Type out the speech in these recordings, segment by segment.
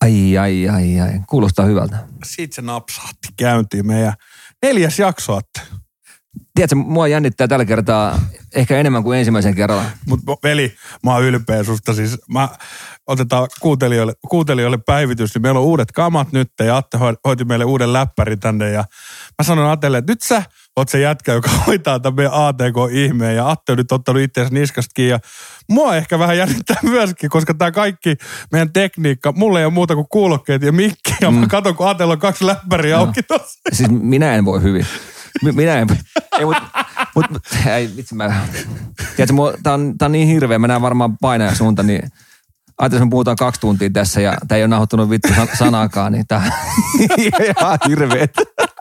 Ai. Kuulostaa hyvältä. Siitä se napsahti käyntiin meidän 4. jakso, Atte. Tiedätkö, mua jännittää tällä kertaa ehkä enemmän kuin ensimmäisen kerralla. Mutta veli, mä oon ylpeä susta. Siis otetaan kuuntelijoille päivitys, niin meillä on uudet kamat nyt ja Atte hoiti meille uuden läppärin tänne ja mä sanon Atelle, että nyt sä oot se jätkä, joka hoitaa tämän meidän ATK-ihmeen ja Atte on nyt ottanut itseänsä niskasta kiinni ja mua ehkä vähän jännittää myöskin, koska tää kaikki meidän tekniikka, mulla ei ole muuta kuin kuulokkeet ja mikki ja mä katson, kun Atella on 2 läppäriä auki tossa. Siis minä en voi hyvin. Minä en, ei vitsi mä, tiedätkö, tää on niin hirveä, mä näen varmaan painajan suunta, niin ajattelin, me puhutaan 2 tuntia tässä ja tää ei ole nauhoittanut vittu sanaakaan, niin tää on ihan hirveet.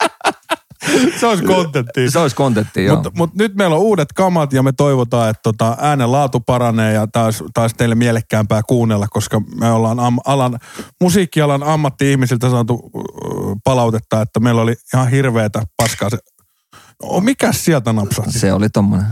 Se olisi kontenttia. Se olisi kontenttia, joo. Mutta nyt meillä on uudet kamat ja me toivotaan, että äänen laatu paranee ja taas teille mielekkäämpää kuunnella, koska me ollaan musiikkialan ammatti-ihmisiltä saatu palautetta, että meillä oli ihan hirveätä paskaa se. Mikäs sieltä napsahti? Se oli tommonen.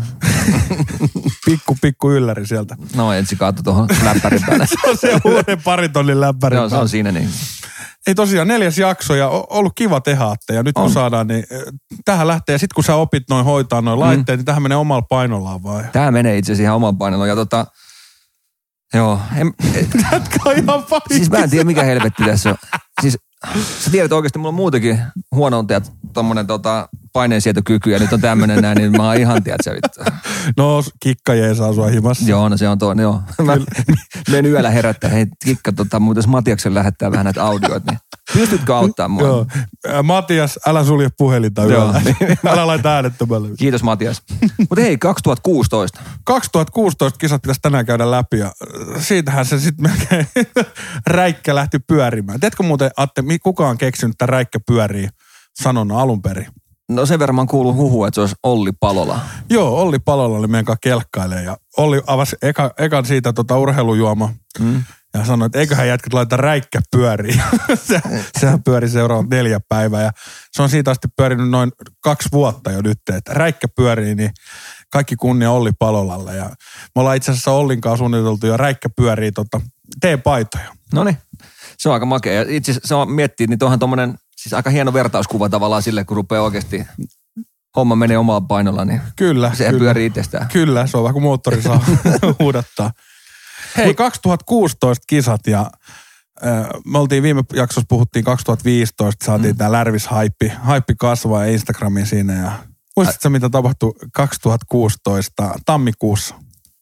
Pikku ylläri sieltä. No ensi kaatu tuohon läppärin päälle. Se on se uuden paritonnin läppärin päälle. Joo, se on siinä niin. Ei tosiaan 4. jakso ja ollut kiva tehdä, ja nyt kun saadaan, niin tähän lähtee. Sitten kun sä opit noin hoitaa noin laitteet, niin tähän menee omalla painollaan vaan. Tää menee itse asiassa ihan omalla painollaan ja joo. Jätkä on ihan panikki. Siis mä en tiedä mikä helvetti tässä on. Siis sä tiedät oikeasti, mulla on muutenkin huono tommonen paineensietokyky ja nyt on tämmönen näin, niin mä oon ihan tiedät vittu. No, Kikka jeesaa sua himassa. Joo, no se on toinen, joo. Mä menen yöllä herättää, hei Kikka, muuten Matiaksen lähettää vähän näitä audioita, niin pystytkö auttaa mua? Joo. Matias, älä sulje puhelinta yöllä. Älä laita äänettömälle. Kiitos Matias. Mutta hei, 2016. 2016 kisat pitäisi tänään käydä läpi ja siitähän se sitten melkein räikkä lähti pyörimään. Tiedätkö muuten, Atte, kuka on keksinyt tämän räikkä pyörii sanona alun perin? No sen verran mä oon kuullut huhua, että se olisi Olli Palola. Joo, Olli Palola oli meidän kanssa kelkkailee ja Olli avasi ekan siitä urheilujuoma ja sanoi, että eiköhän jätkät laita räikkä pyöriin. Sehän pyöri seuraavat 4 päivää ja se on siitä asti pyörinyt noin 2 vuotta jo nyt, että räikkä pyörii, niin kaikki kunnia Olli Palolalle ja me ollaan itse asiassa Ollin kanssa suunniteltu jo räikkä pyörii T-paitoja. Noniin, se on aika makea ja itse asiassa se on miettiä, niin tuohan tommonen siis aika hieno vertauskuva tavallaan sille, kun rupeaa oikeasti homma menee omalla painolla, niin se pyörii itsestään. Kyllä, se on vähän kuin moottori saa huudattaa. Hei, 2016 kisat ja me oltiin viime jaksossa puhuttiin 2015, saatiin tää Lärvis-haippi kasvaa ja Instagramiin siinä ja muistatko mitä tapahtui 2016 tammikuussa?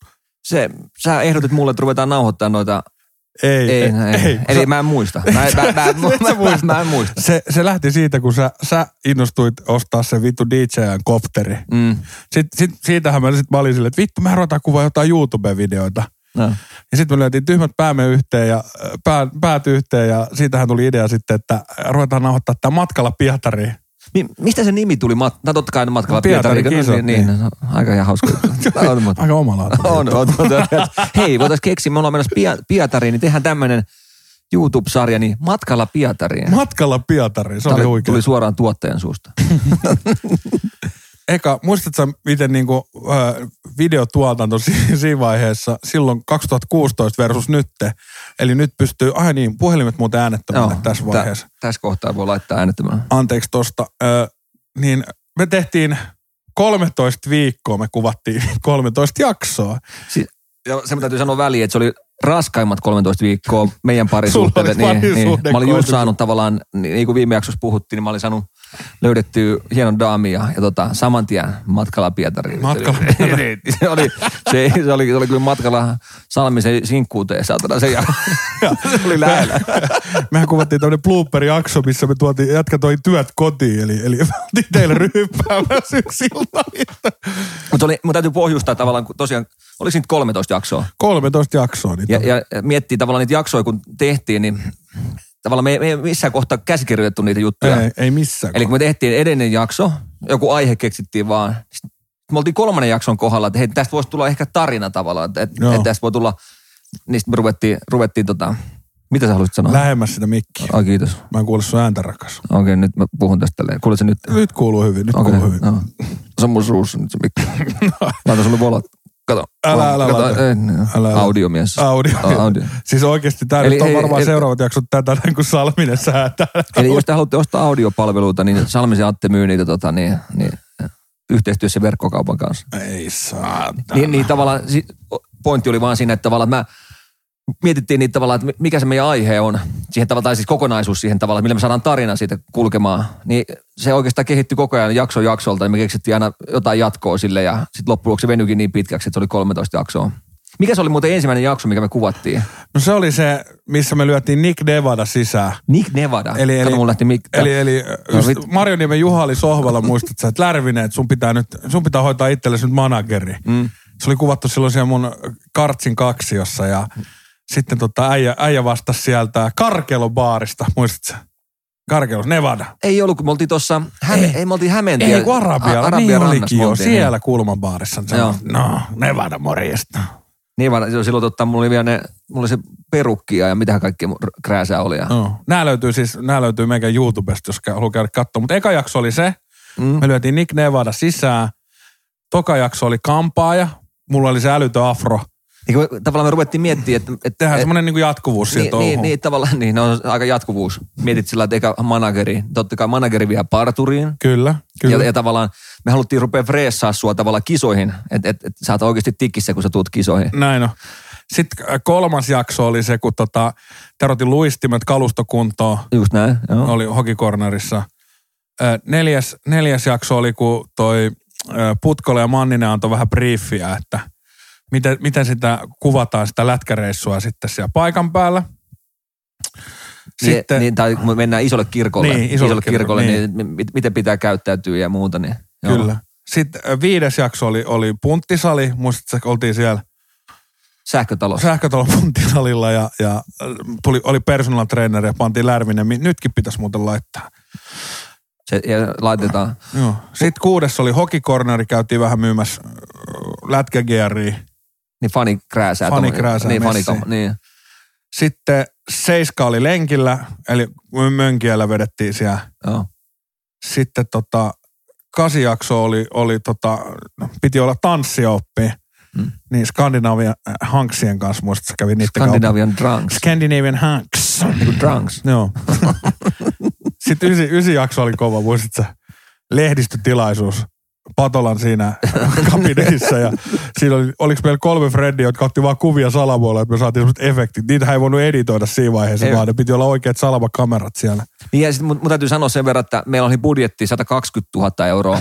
Sä ehdotit mulle, että ruvetaan nauhoittaa noita. Ei. Eli mä en muista. Mä en muista. Se lähti siitä, kun sä innostuit ostaa sen vittu DJ-kopteri. Siitähän mä olin silleen, että vittu, me ruvetaan kuvaa jotain YouTube-videoita. No. Ja sitten me löytiin tyhmät päämme yhteen ja päät yhteen ja siitähän tuli idea sitten, että ruvetaan nauhoittaa tää matkalla Pietariin. Mistä se nimi tuli? Totta kai matkalla Pietariin. Niin, aika ihan hauska. Aika omalaatuinen. On. Hei, voitaisiin keksiä, me ollaan menossa Pietariin, niin tehdään tämmöinen YouTube-sarja, niin Matkalla Pietariin. Matkalla Pietariin, se oli huikea. Tuli suoraan tuottajan suusta. Eka, muistatko miten niinku videotuotanto siinä vaiheessa, silloin 2016 versus nytte, eli nyt pystyy, puhelimet muuten äänettämällä tässä vaiheessa. Tässä kohtaa voi laittaa äänettämällä. Anteeksi tosta. Niin me tehtiin 13 viikkoa, me kuvattiin 13 jaksoa. Ja se täytyy sanoa väliin, että se oli raskaimmat 13 viikkoa meidän parisuhteelle. Mä olin just saanut tavallaan, niin kuin viime jaksossa puhuttiin, niin mä olin saanut löydettyä hienon daamia ja saman tien matkalla Pietariin. Se oli kyllä matkalla Salmisen sinkkuuteen, saatana se oli lähellä. Mehän kuvattiin tämmöinen blooper-jakso, missä me jätkä toi työt kotiin, eli me oltiin teille ryyppäämässä yksi Mutta mun täytyy pohjustaa tavallaan, kun tosiaan, oliko niitä 13 jaksoa? 13 jaksoa. Ja miettii tavallaan niitä jaksoja, kun tehtiin, niin tavallaan me ei missään kohtaa käsikirjoitettu niitä juttuja. Ei missään. Eli kun me tehtiin edellinen jakso, joku aihe keksittiin vaan. Me oltiin 3. jakson kohdalla, että hei, tästä voisi tulla ehkä tarina tavallaan. Että tästä voi tulla, niin sitten me ruvettiin mitä sä haluaisit sanoa? Lähemmäs sitä mikkiä. Kiitos. Mä en kuule sun ääntä, rakas. Okei, nyt mä puhun tästä tälleen. Kuulet se nyt? Nyt kuuluu hyvin, kuuluu hyvin. No. Se on mun suussa nyt se mikki. Laita sulle volot. Kato. Älä. Audiomies. Audio. Siis oikeasti tämä nyt on varmaan seuraavat jaksot tätä, kun Salminen säätää. Eli jos te haluatte ostaa audiopalveluita, niin Salmisen Atte myy niitä niin yhteistyössä verkkokaupan kanssa. Ei saatana. Niin tavallaan pointti oli vaan siinä, että tavallaan mä mietittiin niitä tavallaan, että mikä se meidän aihe on. Siihen tavallaan, tai siis kokonaisuus siihen tavallaan, että millä me saadaan tarina siitä kulkemaan. Niin se oikeastaan kehittyi koko ajan jaksolta, ja me keksittiin aina jotain jatkoa sille, ja sitten loppujen lopuksi se venyikin niin pitkäksi, että se oli 13 jaksoa. Mikä se oli muuten ensimmäinen jakso, mikä me kuvattiin? No se oli se, missä me lyötiin Nick Nevada sisään. Nick Nevada? Eli mulla lähti Marjoniemen Juha oli sohvalla, muistat sä, että Lärvinen, että sun pitää hoitaa itsellesi nyt manageri. Se oli kuvattu silloin siellä mun Kartsin kaksiossa, ja sitten äijä vastasi sieltä Karkelo-baarista, muistatko? Karkelo, Nevada. Ei ollut, kun me oltiin tuossa, me oltiin Hämeentie. Ei, kun Arabia niin olikin jo, siellä kulmabaarissa. No, Nevada morjesta. Nevada, silloin mulla oli se perukkia ja mitähän kaikkea krääsää oli. No, nämä löytyy meidän YouTubesta, jos haluaa käydä katsomaan. Mutta eka jakso oli se, me lyötiin Nick Nevada sisään. Toka jakso oli kampaaja, mulla oli se älytön afro. Niin tavallaan me ruvettiin miettimään, että tehdään semmoinen niin jatkuvuus siihen touhuun. Niin, tavallaan, niin, on aika jatkuvuus. Mietit sillä, että eikä manageri, totta kai manageri vie parturiin. Kyllä. Ja tavallaan me haluttiin rupea freessaa sua tavallaan kisoihin, että sä oot oikeasti tikissä, kun sä tuut kisoihin. Näin on. Sitten kolmas jakso oli se, kun terotin luistimet kalustokuntoon. Just näin, joo. Oli hokikornerissa. Neljäs jakso oli, kun toi Putkola ja Manninen antoi vähän briefiä, että miten sitä kuvataan, sitä lätkäreissua sitten siellä paikan päällä. Sitten, tai kun mennään isolle kirkolle, niin miten pitää käyttäytyä ja muuta. Niin, kyllä. Sitten 5. jakso oli punttisali, muistatko, oltiin siellä Sähkötalon punttisalilla ja oli personal trainer ja pantiin Lärvinen. Nytkin pitäisi muuten laittaa. Ja laitetaan. Joo. Sitten 6. oli hokikorneri, käytiin vähän myymässä lätkägearia. Niin fani krääsää. Niin. Sitten 7 oli lenkillä, eli mönkiellä vedettiin siellä. Joo. Sitten 8 jakso oli piti olla tanssioppi. Niin Skandinavian Hanksien kanssa muistat, kävi niiden Skandinavian Drunks. Scandinavian Hanks. Niin kuin Drunks. Joo. Sitten 9 jakso oli kova, muistatko? Lehdistötilaisuus. Patolan siinä kabinetissa ja siinä oliko meillä 3 Freddiä, jotka otti vaan kuvia salamuolla, että me saatiin sellaiset efektit. Niitä ei voinut editoida siinä vaiheessa, vaan ne piti olla oikeat salamakamerat siellä. Niin ja sitten mun täytyy sanoa sen verran, että meillä oli budjetti 120 000 euroa.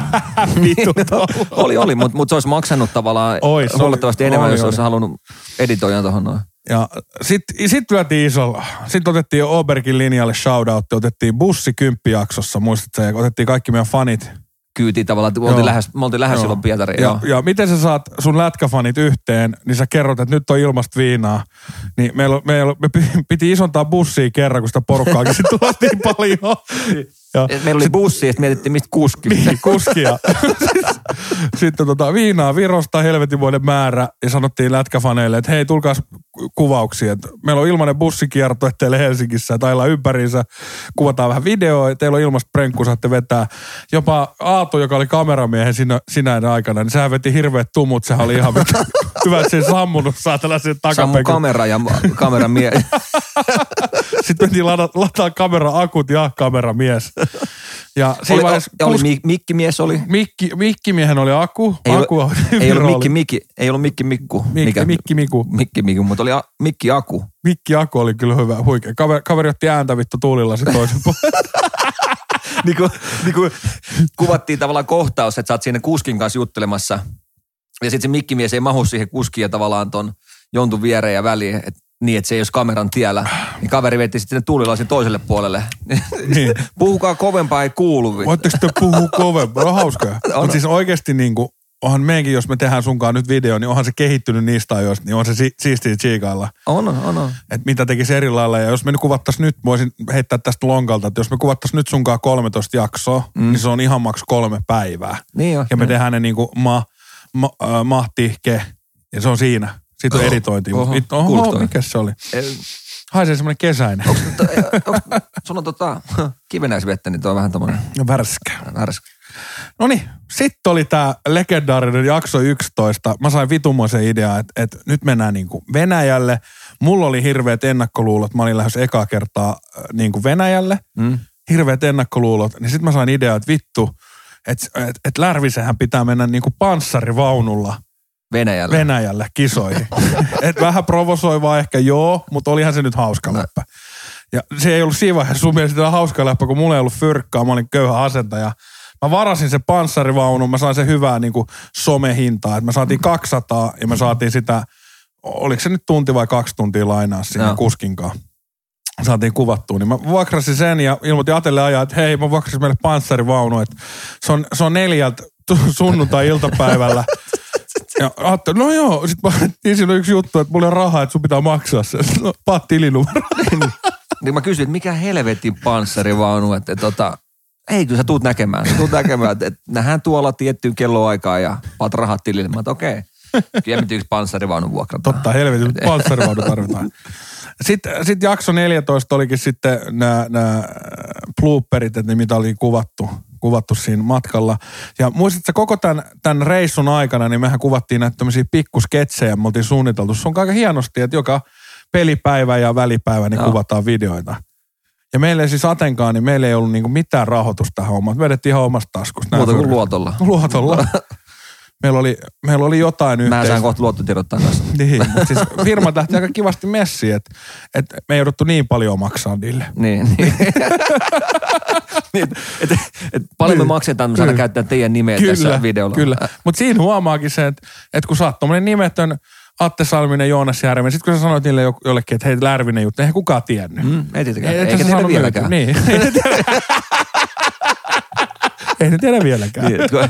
oli, mutta se olisi maksanut tavallaan huomattavasti enemmän, jos olisi halunnut editoijan tuohon noin. Ja sit lyötiin isolla. Sitten otettiin jo Obergin linjalle shoutoutti, otettiin bussi 10 jaksossa, muistatko, ja otettiin kaikki meidän fanit. Kyytiin tavallaan, että me oltiin lähes silloin Pietariin. Ja miten sä saat sun lätkäfanit yhteen, niin sä kerrot, että nyt on ilmasta viinaa. Niin me piti isontaa bussia kerran, kun sitä porukkaakin sitten tulla niin paljon. Meillä oli bussi, että mietittiin mistä kuski. Niin, kuskia. Sitten viinaa Virosta helvetinmoinen määrä ja sanottiin lätkäfaneille, että hei, tulkaas kuvauksia. Meillä on ilmainen bussikierto teille Helsingissä, että aillaan ympäriinsä, kuvataan vähän videoa, teillä on ilmasta prenkku, saatte vetää. Jopa Aato, joka oli kameramiehen sinä aikana, niin sehän veti hirveät tumut, sehän oli ihan hyvä, että se ei sammunut, saa tällaisen takapenkun. Sammu kamera ja kameramies. Sitten mentiin lataa kamera-akut ja kameramies. Ja Mikkimies oli? Mikkimiehen oli Aku. Ei ollut Mikki Mikku. Mikki Mikku, mutta oli Mikki Aku. Mikki Aku oli kyllä hyvä, huikea. Kaveri otti ääntä vittu tuulilla se toisen puolella. niin kuin kuvattiin tavallaan kohtaus, että sä oot siinä kuskin kanssa juttelemassa. Ja sitten se mikkimies ei mahu siihen kuskiin ja tavallaan ton jontun viereen ja väliin, niin, että se ei olisi kameran tiellä. Niin kaveri veti sitten tuulilaisen toiselle puolelle. Niin. Puhukaa kovempaa, ei kuulu. Voitteko te puhua kovempaa? On hauskaa. Mutta siis oikeasti niin kuin, onhan meidänkin, jos me tehdään sunkaan nyt video, niin onhan se kehittynyt niistä ajoista, niin on se siistiä tsiikailla. On. Että mitä tekisi eri lailla. Ja jos me kuvattaisiin nyt, voisin heittää tästä lonkalta, että jos me kuvattaisiin nyt sunkaan 13 jaksoa, niin se on ihan maks 3 päivää. Niin jo. Ja me tehdään ne niin kuin mahtihke, ja se on siinä. Siitä on editointi. Mikä se oli? Haisee semmoinen kesäinen. Sulla on kivenäisvettä, niin tuo on vähän tommoinen. Värskä. Noniin, sitten oli tää legendaarinen jakso 11. Mä sain vitumoisen idean, että nyt mennään niinku Venäjälle. Mulla oli hirveät ennakkoluulot. Mä olin lähes ekaa kertaa niinku Venäjälle. Hirveät ennakkoluulot. Niin sit mä sain idean, että vittu, että Lärvisenhän pitää mennä niinku panssarivaunulla Venäjälle kisoihin. Et vähän provosoivaa ehkä joo, mutta olihan se nyt hauska läppä. Ja se ei ollut siinä vaiheessa sun mielestä hauska läppä, kun mulla ei ollut fyrkkaa, mä olin köyhä asentaja. Mä varasin sen panssarivaunun, mä sain sen hyvää niinku somehintaa, että me saatiin 200 ja me saatiin sitä, oliko se nyt tunti vai 2 tuntia lainaa siinä kuskinkaan. Saatiin kuvattua, niin mä vuokrasin sen ja ilmoitin Atelle ajaa, että hei, mä vuokrasin meille panssarivaunu, että se on 4 sunnuntai-iltapäivällä. Ja ajattelin, no joo, sit niin siinä on yksi juttu, että mulla on rahaa, että sun pitää maksaa se. No, paat tilinumero. Niin mä kysyin, että mikä helvetin panssarivaunu, että ei, kyllä sä tuut näkemään, että nähdään tuolla tiettyyn kelloaikaan ja paat rahat tilille. Mä okei. Kyllä yksi panssarivaunu vuokrataan. Totta, helvetin panssarivaunu tarvitaan. Sitten jakso 14 olikin sitten nämä blooperit, että mitä oli kuvattu siinä matkalla. Ja muistatko koko tämän reissun aikana, niin mehän kuvattiin näitä tämmöisiä pikkusketsejä, me oltiin suunniteltu. Se on aika hienosti, että joka pelipäivä ja välipäivä niin kuvataan videoita. Ja meillä ei siis Atenkaan, niin meillä ei ollut niinku mitään rahoitusta tähän hommaan. Vedettiin ihan omasta taskusta. Muuta kuin luotolla. Luotolla. Meillä oli jotain yhteistä. Mä saan kohta luottotiedot takaisin. Niin, mutta siis firmat lähti aika kivasti messiin, että me ei jouduttu niin paljon maksaa niille. Niin. Paljon me maksetaan, me saadaan käyttää teidän nimeä tässä videolla. Kyllä, mutta siinä huomaakin se, että kun sä oot tommonen nimetön Atte Salminen, Joonas Järven, sit kun sä sanoit niille jollekin, että hei Lärvinen juttu, eihän kukaan tiennyt. Ei tietenkään, eikä tiedä vieläkään. Niin. Ei ne tiedä vieläkään.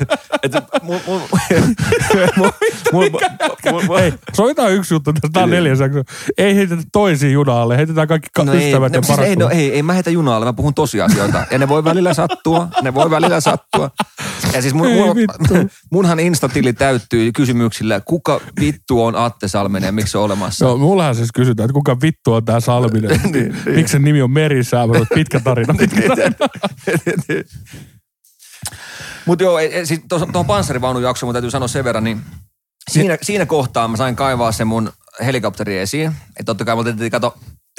Hei, sovitaan yksi juttu, tämä on 4 jakso. Ei heitetä toisia junalle, heitetään kaikki ystävät ja parat. Ei mä heitä junalle, mä puhun tosiasioita. Ja ne voi välillä sattua. Ja siis munhan Insta-tili täyttyy kysymyksillä, kuka vittu on Atte Salminen ja miksi se on olemassa? No, mullahan siis kysytään, että kuka vittu on tää Salminen. Miksi sen nimi on Merisää, pitkä tarina. Mutta joo, siis tuohon panssarivaunun jaksoon mun täytyy sanoa sen verran, niin siinä kohtaa mä sain kaivaa sen mun helikopteri esiin. Että totta kai mä otettiin, kato,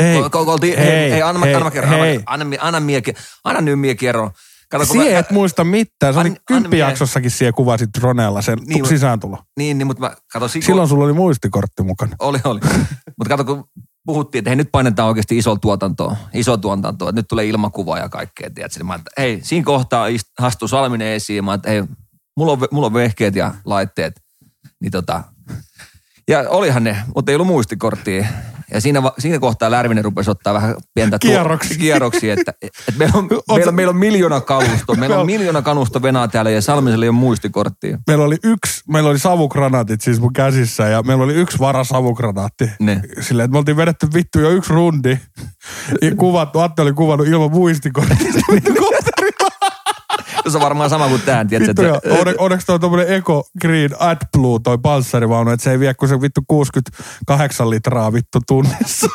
anna nyt mie kerron. Sie et muista mitään. Se oli 10 jaksossakin sie kuvasit droneella sen sisääntulo. Niin, mutta mä kato. Silloin sulla oli muistikortti mukana. Oli. Mutta kato, kun puhuttiin, että hei, nyt painetaan oikeasti iso tuotantoa, että nyt tulee ilmakuva ja kaikkea, tiedätkö? Mä että hei, siinä kohtaa astuu Salminen esiin, mä että hei, mulla on vehkeet ja laitteet, niin ja olihan ne, mutta ei ollut muistikorttia. Ja siinä kohtaa Lärvinen rupesi ottaa vähän pientä kierroksia, että meillä on 1 kalusto. Meillä on 1 kalusto venaa täällä ja Salmisella ei ole muistikorttia. Meillä oli savukranaatit siis mun käsissä ja meillä oli 1 varasavukranaatti. Silleen, että me oltiin vedetty vittu jo 1 rundi. Atte oli kuvannut ilman muistikorttia. Se on varmaan sama kuin tämän, tiedätkö? Onneksi toi tommonen Eco Green AdBlue toi panssarivaunu, että se ei vie kuin se vittu 68 litraa vittu tunnissa.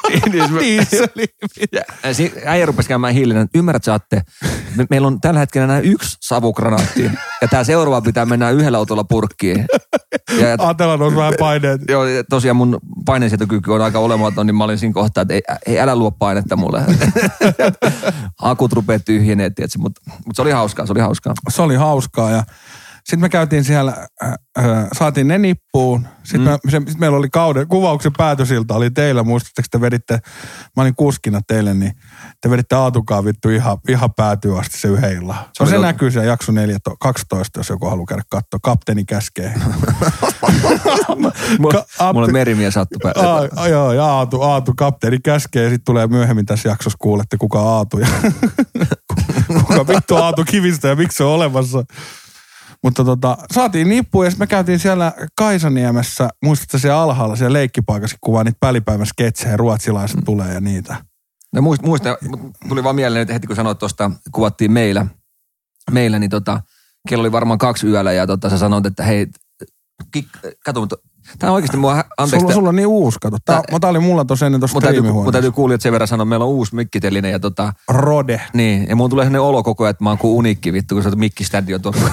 Äijä rupesi käymään hiilinen. Ymmärrät sä, Atte? Meillä on tällä hetkellä enää 1 savukranaatti. Ja tää seuraava pitää mennä 1 autolla purkkiin. Atella nousi vähän paineet. Joo, tosiaan mun paineensietokyky on aika olematon, niin mä olin siinä kohtaa, että ei älä luo painetta mulle. Akut rupeaa tyhjenee, tiedätkö? Mutta se oli hauskaa. Se oli hauskaa ja sitten me käytiin siellä, saatiin ne nippuun. Sitten meillä oli kuvauksen päätösilta oli teillä, muistatteko te veditte, mä olin kuskina teille, niin te veditte Aatukaan vittu ihan päätyy asti se 1 illan. Se näkyy siellä jakso 12, jos joku haluaa käydä katsoa. Kapteeni käskee. Mulle merimies sattui päälle. Joo, ja Aatu kapteeni käskee ja sitten tulee myöhemmin tässä jaksossa kuulette kuka Aatu ja kuka vittu Aatu Kivistä ja miksi se on olemassa. Mutta saatiin nippuun ja sitten me käytiin siellä Kaisaniemessä, muistatko siellä alhaalla, siellä leikkipaikassa kuvaa niitä välipäivän sketsejä, ruotsilaiset tulee ja niitä. No muista, tuli vaan mieleen nyt heti kun sanoit tuosta, kuvattiin meillä niin kello oli varmaan 2 yöllä ja sä sanoit, että hei, kato, mutta Tää on oikeasti mua, anteeksi. Sulla on niin uusi, kato. Tää oli mulla tossa ennen tossa striimihuoneessa. Mun täytyy kuulijat sen verran sanoa, meillä on uusi mikkiteline ja Rode. Niin, ja mun tulee sellainen olo koko ajan, että mä oon kuin uniikki vittu, kun se mikkiständi on tuossa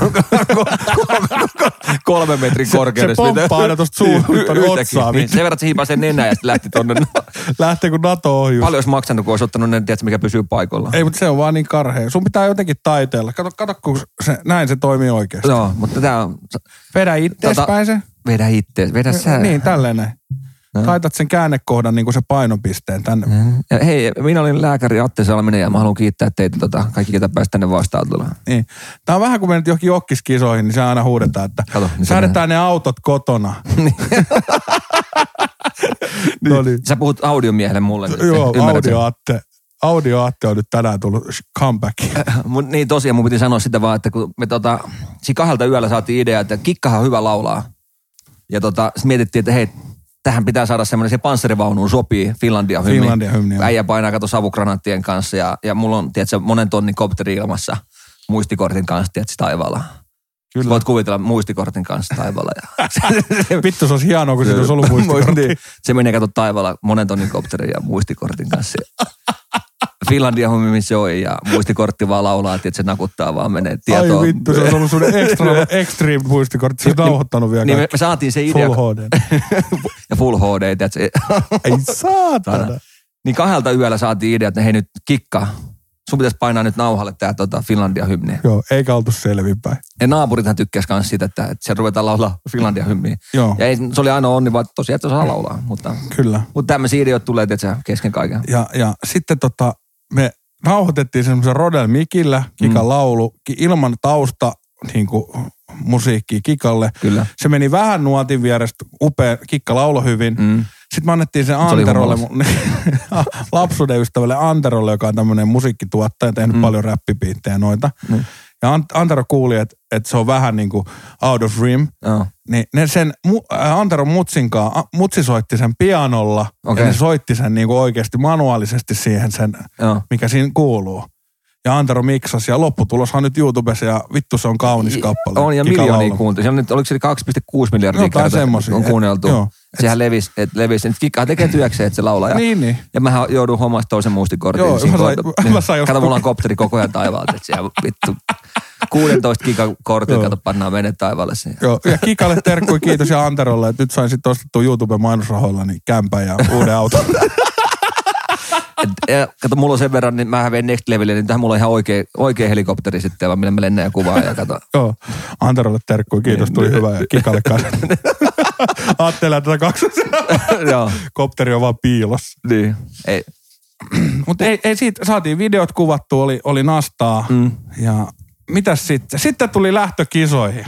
3 metrin korkeudessa. Se pomppaa aina tosta suuhun otsaan. Niin, sen verran, että se hiipaa sen nenään ja sitten lähti tonne. Lähtee kun NATO-ohjus. Paljon olisi maksanut, kun olisi ottanut ne, tiedätkö, mikä pysyy paikoilla. Ei, mutta se on vaan niin karhea. Sun pitää jotenkin taiteella. Kato kun näin se toimii oikeasti. Joo, mutta tää on... Vedä ittees päin se. Vedä sä. Niin, tälleen näin. Taitat sen käännekohdan niin kuin se painopisteen tänne. Ja hei, minä olin lääkäri Atte Salminen ja mä haluan kiittää teitä kaikki, ketä pääsi tänne vastaanotolle. Niin. Tää on vähän kuin mennyt johonkin jokkiskisoihin, niin se aina huudetaan, että säädetään ne autot kotona. Niin. Sä puhut audiomiehelle mulle. Joo, Audio Atte on nyt tänään tullut comeback. Niin tosiaan mun piti sanoa sitä vaan, että kun me siinä 2 yöllä saatiin idea, että Kikkahan on hyvä laulaa. Ja sitten mietittiin, että hei, tähän pitää saada semmoinen, se panssarivaunuun sopii Finlandia hymni. Äijä painaa kato savukranaattien kanssa ja mulla on, tiedätkö, monen tonnin kopteri ilmassa muistikortin kanssa, tiedätkö, taivaalla. Kyllä. Voit kuvitella muistikortin kanssa taivaalla. Vittu, se olisi hienoa, kun siitä olisi ollut muistikortti. Niin. Se menee kato taivaalla monen tonnin kopterin ja muistikortin kanssa. Finlandia hymni soi ja muistikortti vaan laulaa, että se nakuttaa vaan menee tietoon. Ai vittu, se on ollut sun extreme muistikortti. Se on nauhoittanut vielä niin me saatiin se idea. Full HD. Ja Full HD, tiedätkö? Ei saatana. Niin 2 yöllä saatiin idea, että hei nyt Kikka, sun pitäisi painaa nyt nauhalle tää Finlandia hymni. Joo, eikä oltu selvinpäin. Ja naapurithan tykkäsi myös siitä, että se ruvetaan laulaa Finlandia hymniä. Joo. Ja se oli ainoa onni, vaan tosiaan, että saa laulaa. Kyllä. Mutta tämmöisiä ideoita tulee, tiedätkö, kesken kaiken. Ja sitten me nauhoitettiin semmoisen Rodel mikillä, Kikan laulu, ilman tausta niin kuin musiikkia Kikalle. Kyllä. Se meni vähän nuotin vierestä, upea, Kikka lauloi hyvin. Sitten me annettiin sen Anterolle, lapsuuden ystävälle Anterolle, joka on tämmöinen musiikkituottaja, tehnyt paljon räppibiittejä noita. Ja Antero kuuli, että se on vähän niin kuin out of rim. Niin ne sen Anteron mutsinkaan, mutsi soitti sen pianolla ja ne soitti sen niin kuin oikeasti manuaalisesti siihen sen, mikä siinä kuuluu. Ja Antero miksasi ja lopputuloshan nyt YouTubessa ja vittu se on kaunis kappale. On ja miljoonia kuuntelua. Oliko se 2,6 miljardia kertaa on kuunneltu. Sehän levisi. Kikka tekee työkseen, että se laulaa. Niin. Ja mähän joudun hommasta toisen muistikortin. Joo, mä sain kato, mulla on kopteri koko ajan taivaalta, että siellä vittu 16 gigan kortin, kato, pannaan mene taivaalle siihen. Joo, ja Kikalle terkkui kiitos ja Anterolle, että nyt sain sitten ostettua YouTube-mainosrahoilla niin kämpän ja uuden auton. Kato, mulla on sen verran, niin mä vein Next Levelille, niin tähän mulla on ihan oikea helikopteri sitten, millä mä lennän ja kuvaan ja kato. Joo, Anterolle terkkui, kiitos, tuli hyvä ja Kikalle kanssa. Ajattelee tätä Joo. Kopteri on vaan piilossa. Niin, ei. Mutta ei siitä, saatiin videot kuvattu, oli nastaa ja mitäs sitten? Sitten tuli lähtökisoihin.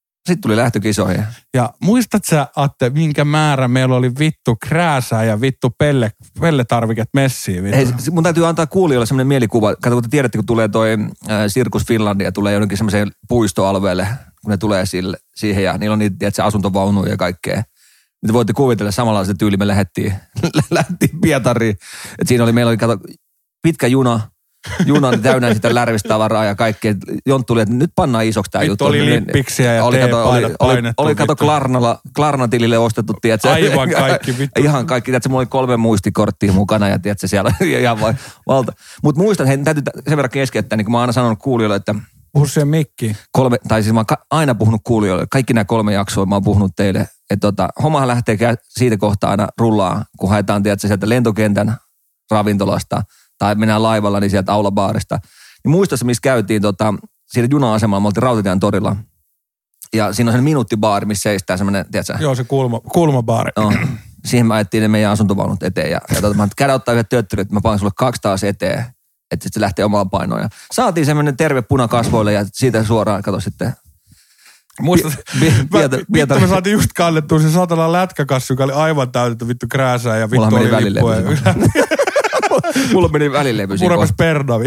Ja muistat sä, Atte, minkä määrä meillä oli vittu krääsää ja vittu pelletarviket messiin? Hei, mun täytyy antaa kuulijoille semmoinen mielikuva. Kato, kun te tiedätte, kun tulee toi Sirkus Finlandia, tulee jonnekin semmoiseen puistoalueelle, kun ne tulee siihen ja niillä on niitä, tiedätkö, asuntovaunuja ja kaikkea. Nyt voitte kuvitella samanlaisen tyyli, me lähdettiin Pietariin. Et siinä meillä oli, kato, pitkä junan täynnä sitä lärvistavaraa ja kaikkea. Jonttu tuli, että nyt pannaan isoksi tämä juttu. Oli lippiksiä ja painettu. Oli kato Klarna-tilille ostettu, tiedätkö? Aivan kaikki vittu. Ihan kaikki, tiedätkö, mulla oli 3 muistikorttia mukana ja tiedätkö, siellä ihan valta. Mutta muistan, hei, täytyy sen verran keskeyttää, niin kuin mä oon aina sanonut kuulijoille, että puhu siihen mikkiin. Mä oon aina puhunut kuulijoille, kaikki nämä 3 jaksoa mä oon puhunut teille, että hommahan lähtee siitä kohtaa aina rullaa, kun haetaan, tiedätkö, sieltä lentokentän ravintolasta, tai mennään laivalla, niin sieltä aulabaarista. Niin muistassa, missä käytiin siinä juna-asemalla, me oltiin Rautatien torilla. Ja siinä on sellainen minuuttibaari, missä seistää semmoinen, tiedätkö? Joo, se kulmabaari. No, siihen mä ajettiin ne meidän asuntovaunut eteen. Ja mä käydä ottaa yhdet tööttyrit, että mä pain sulle 2 taas eteen, että sitten se lähtee omaan painoon. Ja saatiin semmoinen terve punakasvoille ja siitä suoraan, kato sitten. Muistat, vittu me saatiin just kannettua se satana lätkäkassi, joka oli aivan täytetty vittu krääsää ja vittu oli lippuja. Mulla meni välilevy. Purakas perdavi.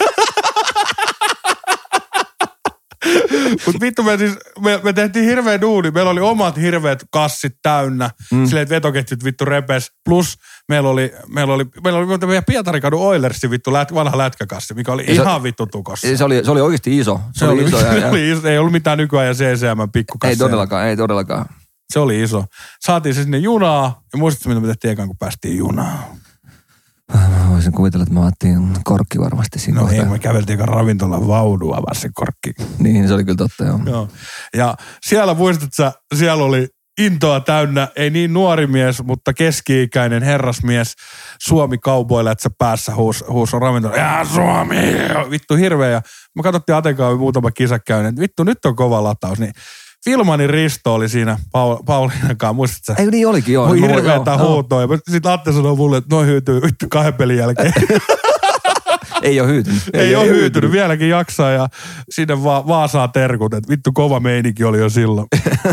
Mutta vittu me tehtiin hirveä duuni. Meillä oli omat hirveät kassit täynnä. Silleen, että vetoketjut vittu repes. Plus meillä oli meidän Pietarikadun Oilersin vittu vanha lätkäkassi, mikä oli ihan vittu tukossa. Se oli oikeasti iso. Se oli iso. Ei ollut mitään nykyajan CCM pikkukasseja. Ei todellakaan. Se oli iso. Saatiin se sinne junaa, ja muistatko, mitä me tehtiin ekaan, kun päästiin junaan? Mä voisin kuvitella, että me otettiin korkki varmasti siinä No kohtaa. ei, me käveltiin ekaan ravintolan vaunuun avaa se korkki. Niin, se oli kyllä totta, joo. Joo. Ja siellä muistatko sä, siellä oli intoa täynnä, ei niin nuori mies, mutta keski-ikäinen herrasmies, Suomi-kauboilla, että se päässä huusi ravintola. Ja Suomi! Vittu hirveä. Ja me katsottiin Atenkaan muutama kisa käynnin, että vittu nyt on kova lataus. Niin Vilmanin Risto oli siinä Pauliinakaan, muistatko sä? Ei niin olikin, joo. Oli hirveätä huutoa. Sitten Atte sanoi mulle, että noin hyytyy vittu 2 pelin jälkeen. Ei ole hyytynyt. Ei ole hyytynyt, vieläkin jaksaa ja sinne Vaasaa terkut, että vittu kova meininki oli jo silloin.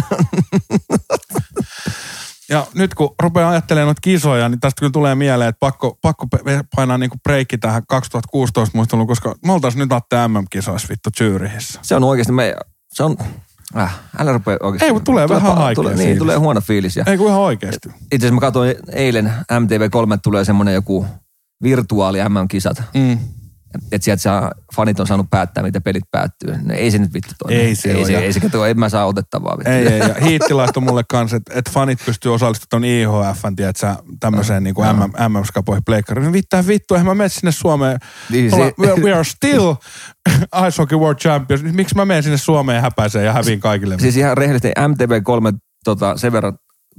Ja nyt kun rupeaa ajattelemaan noita kisoja, niin tästä kyllä tulee mieleen, että pakko painaa niinku breikki tähän 2016 muisteluun, koska me oltaisiin nyt Atte MM-kisoissa vittu Zürichissä. Se on oikeasti, se on, älä rupea oikeasti. Ei, mutta tulee vähän haikea Niin, fiilis. tulee huono fiilis. Ja Ei kun ihan oikeasti. itse asiassa mä katsoin eilen MTV3 tulee semmoinen joku virtuaali MM-kisat. Että sieltä fanit on saanut päättää, mitä pelit päättyy. No, ei se nyt vittu toimi. Ei se ole. Ei se kato, en mä saa otettavaa vittu. Ei. Ja Hiitti laittoi mulle kanssa, että fanit pystyy osallistumaan IHF:n, tiedätkö tämmöiseen niin kuin MM-skapoihin pleikkariin. Vittu, eihän mä mene sinne Suomeen. Niin, We are still Ice Hockey World Champions. Miksi mä menen sinne Suomeen häpäiseen ja häviin kaikille? Siis ihan rehellisesti MTV3 sen verran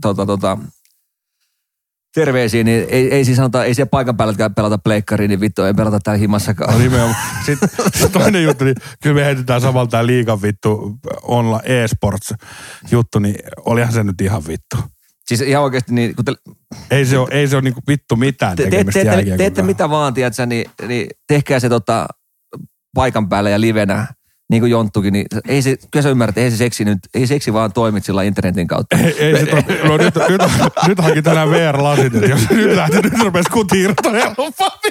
terveisiä, niin ei siis sanota, ei siellä paikan päällä pelata pleikkariin, niin vittu ei pelata täällä himassakaan. No nimenomaan. Sitten toinen juttu, niin kyllä me heitetään samalla tää liigan vittu e-sports juttu, niin olihan se nyt ihan vittu. Siis ihan oikeasti niin, kun Ei se ole niinku vittu mitään tekemistä jälkeen. Teette mitä vaan, tiedätkö, niin tehkää se paikan päällä ja livenä, niin kuin Jonttukin, niin ei se, kyllä sä ymmärrät, ei seksi vaan toimit sillä internetin kautta. Ei se no nyt hankin tänään VR-lasit, että jos nyt rupesi kutiirtoa helpommin.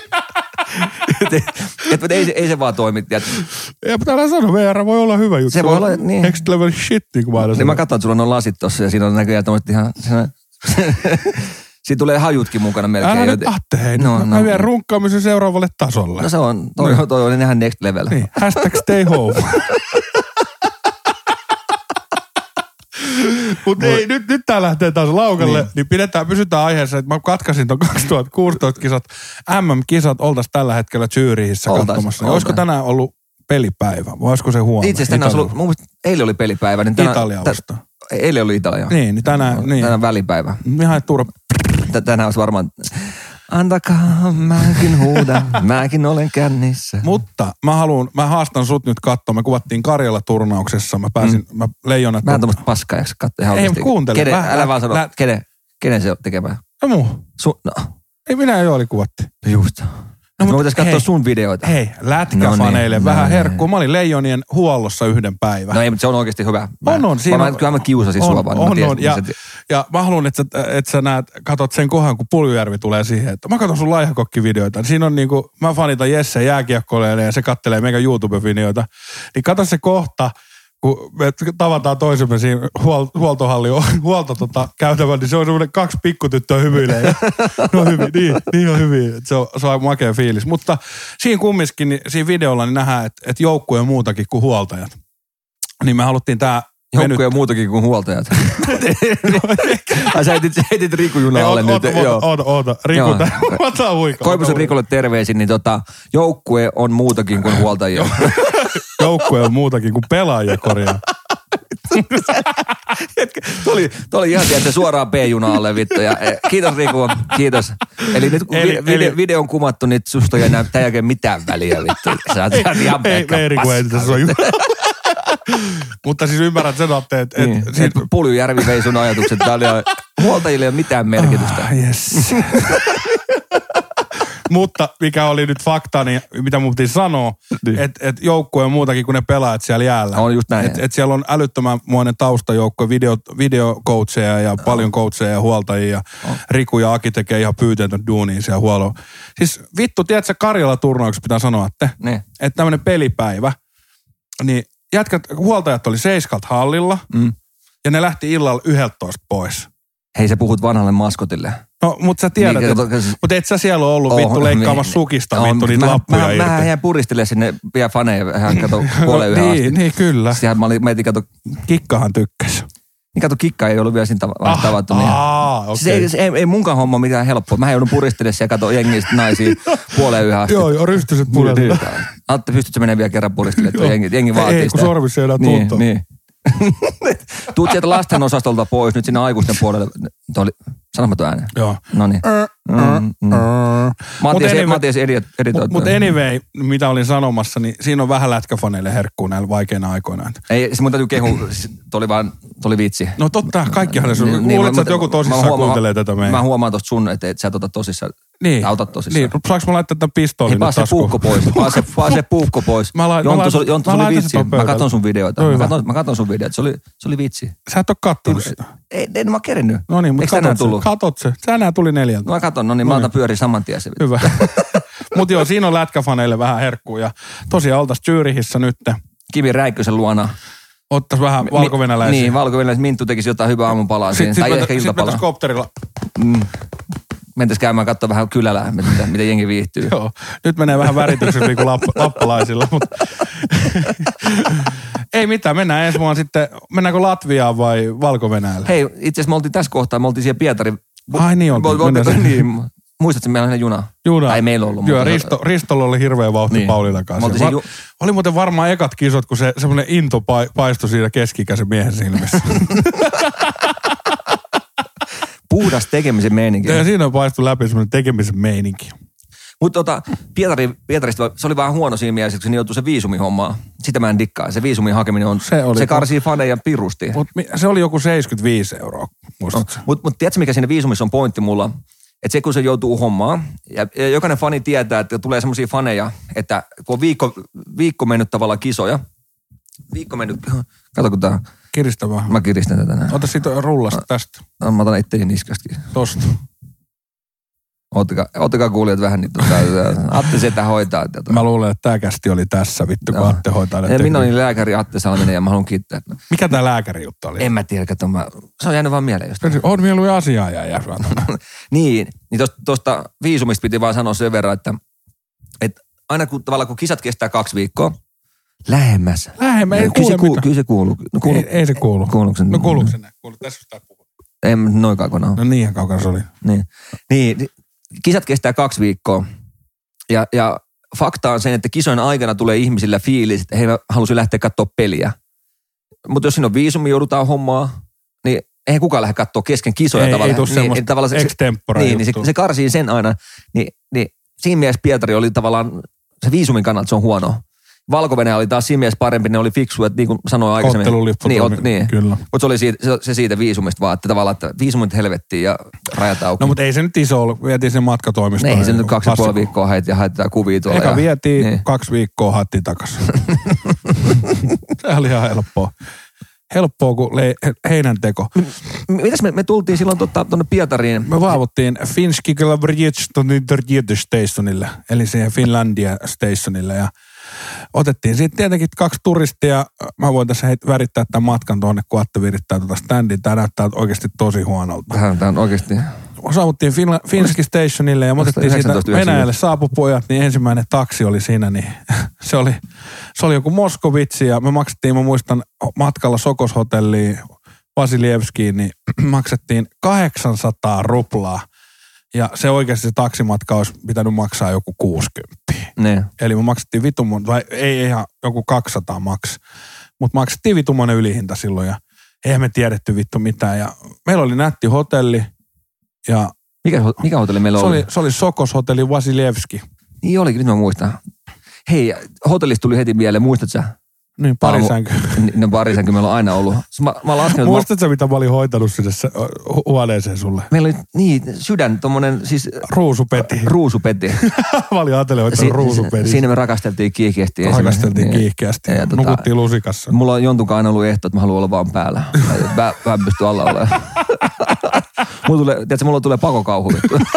Ei se vaan toimi, tiedätkö. Ei, mutta älä sano, VR voi olla hyvä juttu. Se voi olla, niin. Next level shit, niin kuin mä aina sanon. Niin mä katson, että sulla on lasit tossa ja siinä on näköjään tommoset ihan... Siinä tulee hajutkin mukana melkein. Älä nyt Atte, hei. Mä vien runkkaamisen seuraavalle tasolle. No se on, toi on ihan next level. Niin, #stay home. Mutta ei, nyt tää lähtee taas laukalle, niin pysytään aiheessa, että mä katkasin ton 2016 kisat, MM-kisat, oltais tällä hetkellä Zürichissä katsomassa. Olisiko tänään ollut pelipäivä, vai olisiko se huomenna? Itse asiassa tänään ollut, mun mielestä eilen oli pelipäivä. Niin Italia vastaan. Eilen oli Italia. Niin tänään välipäivä. Ihan turha. Tänään olisi varmaan... Antakaa, mäkin huudan, mäkin olen kännissä. Mutta mä haastan sut nyt katsomaan. Me kuvattiin Karjala-turnauksessa. Mä leijonat... Mä en tommoista paskaa, jos katsoa. Ei, mutta kuuntele. Älä vaan sano, kenen se on tekemään? No muu. Ei minä ja Jooli kuvattiin. Just. No, me voitaisiin katsoa sun videoita. Hei, lätkäfaneille vähän herkkuu. Mä olin Leijonien huollossa yhden päivän. No ei, mutta se on oikeasti hyvä. Kyllä mä kiusasin sua vaan. On. Ja mä haluan, että sä katot sen kohan, kun Puljujärvi tulee siihen. Että mä katson sun laihakokkivideoita. Siinä on niinku, mä fanitan Jesse jääkiekkoilijana ja se kattelee meikä YouTube-videoita. Niin kato se kohta, kun me tavataan toisemme siinä huoltokäytävällä, niin se on semmoinen 2 pikkutyttöä hymyilee. No hyvin, niin on hyvin. Se on makea fiilis. Mutta siinä kumminkin, niin siinä videolla niin nähdään, että joukkue on muutakin kuin huoltajat. Niin me haluttiin tää... Joukkue on muutakin kuin huoltajat. Sä heitit Riku junalle nyt. Oota. Riku tää huikaa. Koivusen Rikulle terveisin, niin joukkue on muutakin kuin huoltajia. Joukkue on muutakin kuin pelaajia, korjaa. Tuo oli ihan tiedätkö suoraan B-junaalle vittu. Ja, kiitos Riku, kiitos. Eli nyt kun video on kumattu, niin susta ei enää tämän jälkeen mitään väliä vittu. Sä oot ihan pelkkä paskaa. Mutta siis ymmärrät sen, että... Niin, Puljujärvi vei sun ajatukset. Huoltajille ei ole mitään merkitystä. Yes. Mutta mikä oli nyt fakta, niin mitä mun piti sanoa, niin. että joukkue on muutakin kuin ne pelaajat siellä jäällä. On just näin. Että siellä on älyttömänmoinen taustajoukkue, videocoacheja ja paljon coacheja ja huoltajia. Riku ja Aki tekee ihan pyyteetön duunia siellä huollolla. Siis vittu, tiedätkö, Karjala-turnauksessa pitää sanoa, että tämmöinen pelipäivä, niin huoltajat oli 7 hallilla ja ne lähti illalla 11 pois. Hei, sä puhut vanhalle maskotille. No, mutta sä tiedät, mutta et sä siellä ole ollut vittu leikkaamassa sukista vittu niitä lappuja irti. Mä jään puristelemaan sinne vielä faneja, hän kato puoleen yhden asti. Niin, kyllä. Siellä mä mietin, kato. Kikkahan tykkäs. Niin kato, Kikka ei ollut vielä siinä tavattu. Okay. Siis ei munkaan homma mitään helppoa. Mä joudun puristelemaan siellä ja kato jengistä naisia puoleen yhä asti. Joo, rystyset puolella. Atte, pystytkö menee vielä kerran puristelemaan, että jengi vaatii sitä. Ei, kun sormissa ei enää tuntua. Niin. Tuut sieltä lasten osastolta pois nyt sinne aikuisten puolelle. Sanomaton ääneen. Joo. Noniin. Matias editoitu. Mutta anyway, mitä olin sanomassa, niin siinä on vähän lätkäfaneille herkkuu näillä vaikeina aikoina. Ei, se mun täytyy kehua, tuli vitsi. No totta, kaikkihan ne sun. Kuuletko, että joku tosissaan kuuntelee tätä meidän? Mä huomaan tosta sun, että sä et ota tosissaan. Niin. Autat tosissaan. Niin, saanko mä laittaa tämän pistoolin nyt taskuun? Pääse puukko pois. Jonttu, se oli vitsi. Mä katon sun videoita. Mä katon sun videoita. Se oli vitsi. Sä et oo kattonut sitä. En mä kerennyt. No niin, mutta katot se. Tänään tuli 4. No mä katon, no niin, mä otan pyörin saman tien se. Hyvä. Mut joo, siinä on lätkäfaneille vähän herkkuu. Ja tosiaan oltais Zyrihissä nyt. Kimi Räikkösen luona. Ottais vähän valkovenäläisiä. Niin, valkovenäläisiä. Minttu tekisi jotain hyvää aamupalaa siinä. Tai ehkä iltapalaa. Sitten mentäis kopterilla. Mentäis käymään katsoa vähän kylällä, miten jengi viihtyy. Joo, nyt menee vähän värityksessä niin kuin lappalaisilla, mutta ei mitään, mennään ensi vuonna sitten, mennäänkö Latviaan vai Valko-Venäjälle? Hei, itse asiassa me oltiin tässä kohtaa, me oltiin siellä Pietarin. Ai niin oltiin. Niin, muistatko, meillä on juna? Juna. Ei meillä ollut. Joo, Ristolla oli hirveä vauhti niin. Paulinan kanssa. Oli muuten varmaan ekat kisot, kun se semmoinen into paistui siinä keski-ikäisen miehen silmissä. Puhdas tekemisen meininki. Ja siinä paistui läpi semmoinen tekemisen meininki. Mutta Pietarista se oli vähän huono siinä mielessä, kun se joutui se viisumihommaan. Sitä mä en dikkaa. Se viisumin hakeminen on, se karsii faneja pirusti. Se oli joku 75 €, muistatko? Mutta tiedätkö, mikä siinä viisumissa on pointti mulla? Että se kun se joutuu hommaan, ja jokainen fani tietää, että tulee semmoisia faneja, että kun on viikko mennyt tavallaan kisoja, kato kun tää. Kiristä vaan. Mä kiristän tätä näin. Ota siitä rullasta tästä. Mä otan itseäni niskastakin. Tosta. Ottakaa kuulijat vähän niin Atte Setä hoitaa. Mä luulen, että tää kästi oli tässä vittu, kun Atte hoitaa. Minä olin lääkäri Atte Salminen ja mä haluan kiittää. Mikä tää lääkäri juttu oli? En mä tiedä, se on jäänyt vaan mieleen jostain. On mieluummin asiaa ja niin tuosta viisumista piti vaan sanoa sen verran, että aina kun kisat kestää 2 viikkoa, lähemmäs. Ei kuule mitään. Kyllä se kuuluu. Ei se kuulu. Kuuluuko se? No kuuluuko se näin? Tässä sitä puhuu. Ei noin kaukana. No niin kaukana se oli. Niin, kisat kestää 2 viikkoa. Ja fakta on sen, että kisojen aikana tulee ihmisillä fiilis, että he halusivat lähteä katsoa peliä. Mutta jos siinä on viisumi, joudutaan hommaa, niin eihän kukaan lähde katsoa kesken kisoja. Ei tule semmoista extempora niin se karsii sen aina. Niin siinä mielessä Pietari oli tavallaan, se viisumin kannalta se on huono. Valko-Venäjä oli taas siinä mielessä parempi, ne oli fiksu, että niin kuin sanoin aikaisemmin. Ottelulippu niin. Kyllä. Mutta se oli siitä viisumista vaan, että tavallaan, että viisumit helvettiin ja rajat auki. No mutta ei se nyt iso ollut, vietiin sen matkatoimistoon. Ei se nyt 2,5 viikkoa haetaan kuvia tuolla. Eka vietiin, niin. 2 viikkoa haettiin takaisin. Sehän oli ihan helppoa. Helppoa kuin heinänteko. Mitäs me tultiin silloin tuonne Pietariin? Me vaavuttiin Finski Stationille, eli siihen Finlandia Stationille ja otettiin siitä tietenkin 2 turistia. Mä voin tässä värittää tämän matkan tuonne, kun Atte virittää tuota standia. Tämä näyttää oikeasti tosi huonolta. Tämä on oikeasti. Saavuttiin Finski Stationille ja me otettiin siitä Venäjälle saapupojat, niin ensimmäinen taksi oli siinä, niin se oli joku Moskovitsi ja me maksettiin, mä muistan, matkalla Sokos-hotelliin Vasilievskiin, niin maksettiin 800 ruplaa. Ja se oikeasti se taksimatka olisi pitänyt maksaa joku 60. Ne. Eli me maksettiin vai ei ihan joku 200 maks. Mutta maksettiin vitumoinen ylihinta silloin ja eihän me tiedetty vittu mitään. Ja meillä oli nätti hotelli ja... Mikä hotelli meillä oli? Se oli Sokos-hotelli Vasilievski. Niin olikin, nyt mä muistan. Hei, hotellista tuli heti mieleen, muistatko sä? Niin, parisänky. No parisänky meillä on aina ollut. Mä laskenut, muistatko mitä mä olin hoitanut sinne huoneeseen sulle? Meillä oli sydän, tommonen siis... Ruusupeti. Mä olin ajatellut hoitanut ruusupeti. Siinä me rakasteltiin kiihkeästi. Kiihkeästi. Nukuttiin lusikassa. Mulla on jontunkaan aina ollut ehto, että mä haluan olla vaan päällä. Mä en pysty alla olemaan. Mulla tulee pakokauhu.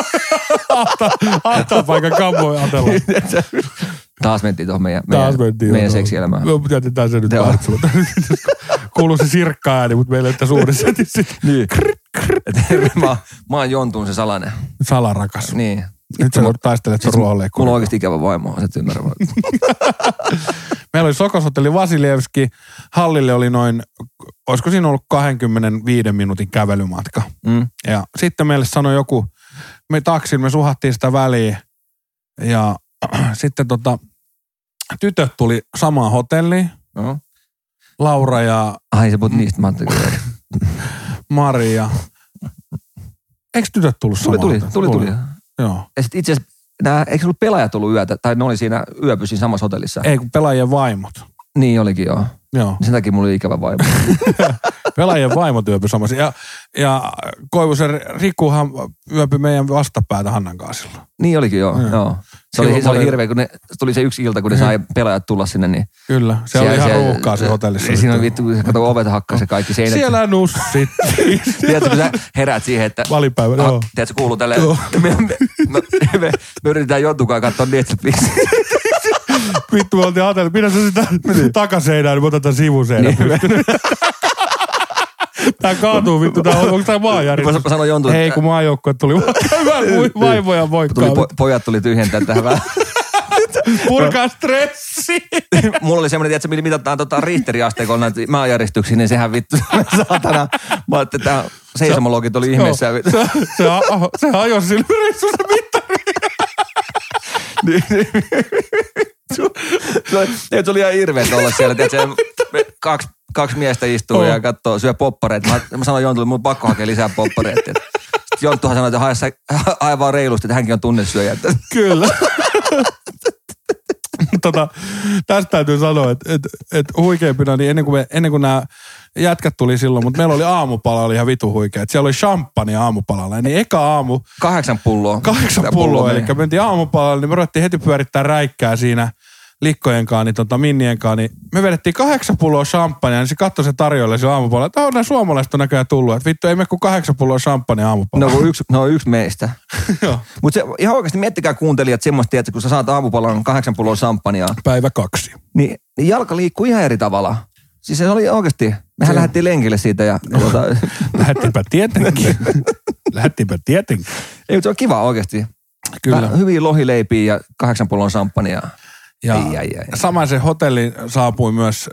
Ahtaa paikan kammoja ajatellaan. Taas mentiin tuohon meidän seksielämään. Me jätetään se nyt vaihtua. Kuuluu se sirkka-ääni, mutta meillä ei ole suurissa setissä. Niin. Mä oon Jontun se salainen. Salarakas. Niin. Nyt sä voit taistella, että se on ruohonleikkuun. Mulla on oikeasti ikävä vaimo, sä et ymmärrä. Meillä oli Sokoshotelli Vasilievski. Hallille oli noin, olisiko siinä ollut 25 minuutin kävelymatka. Ja sitten meille sanoi joku, me taksin, me suhattiin sitä väliin. Ja sitten tytöt tuli samaan hotelliin. Laura ja... Ai, sä puhut niistä, mä ajattelin. Maria. Eikö tytöt tullut samaan? Tuli. Joo. Ja sitten itse asiassa, eikö ollut pelaajat tullut yötä, tai ne oli siinä yöpysin samassa hotellissa? Ei, kun pelaajien vaimot. Niin olikin, joo. Sen takia mulla oli ikävä vaimo. Pelaajien vaimot yöpy samassa. Ja Koivusen Rikuhan yöpy meidän vastapäätä Hannan kanssa silloin. Niin olikin, joo. Se oli hirveä, kun tuli se yksi ilta, kun ne sai pelaajat tulla sinne. Niin kyllä, se oli ihan ruuhkaa se hotellissa. Siinä oli vittu, kun kato ovet hakkas ja kaikki seinät. Siellä nussit. Tiedätkö, kun sä heräät siihen, että... Valipäivä, joo. Tiedätkö, kuuluu tälleen. Me yritetään jontukaan katsoa Netflixiä. Vittu, me oltiin ajatellut, pidä sä sitä takaseinää, niin me otetaan sivuseinä pystynyt. Tää kaatuu vittu, onko tää maanjärjestys? Mä sanoin Jontulle. Hei, kun maajoukkue tuli vaivoja moikkaa. Pojat tuli tyhjentää tähän vähän. Purkaa stressi. Mulla oli semmoinen, että millä mitataan Richteriasteikolla näitä maanjärjestyksiä, niin sehän vittu saatana. Mä ajattelin, että tämä seisomologit oli ihmeessä. Se hajosi sillä reissuun se mittari. Se oli ihan hirveetä olla siellä. Kaksi miestä istuu ja katsoo, syö poppareita. Mä sanoin Jontulle, mun on pakko hakea lisää poppareita. Sitten Jonttuhan sanoi, että hae vaan reilusti, että hänkin on tunnesyöjä. Kyllä. Tästä täytyy sanoa, että huikeimpina, niin ennen kuin nämä jätkät tuli silloin, mutta meillä oli aamupala, oli ihan vitu huikea. Siellä oli champagne aamupalalla, niin eka aamu... 8 pulloa. 8 pulloa, eli mentiin aamupalalle, niin me ruvettiin heti pyörittää räikkää siinä likkojenkaan, minnienkaan, niin me vedettiin 8 pulloa champagnea, niin se katsoi se tarjoille sillä aamupalalla, että nämä suomalaiset on näköjään tullut, että vittu ei mene kuin 8 pulloa champagnea aamupalalla. No yksi meistä. Mutta ihan oikeasti miettikää kuuntelijat semmoista, että kun sä saat aamupalan 8 pulloa champagnea. Päivä 2. Niin jalka liikkuu ihan eri tavalla. Siis se oli oikeasti, mehän lähdettiin lenkille siitä ja... Lähettiinpä tietenkin. Ei, mutta se on kiva oikeasti. Kyllä. Hyviä lohileipiä ja 8 pulloa champagnea. Ja samaisen hotellin saapui myös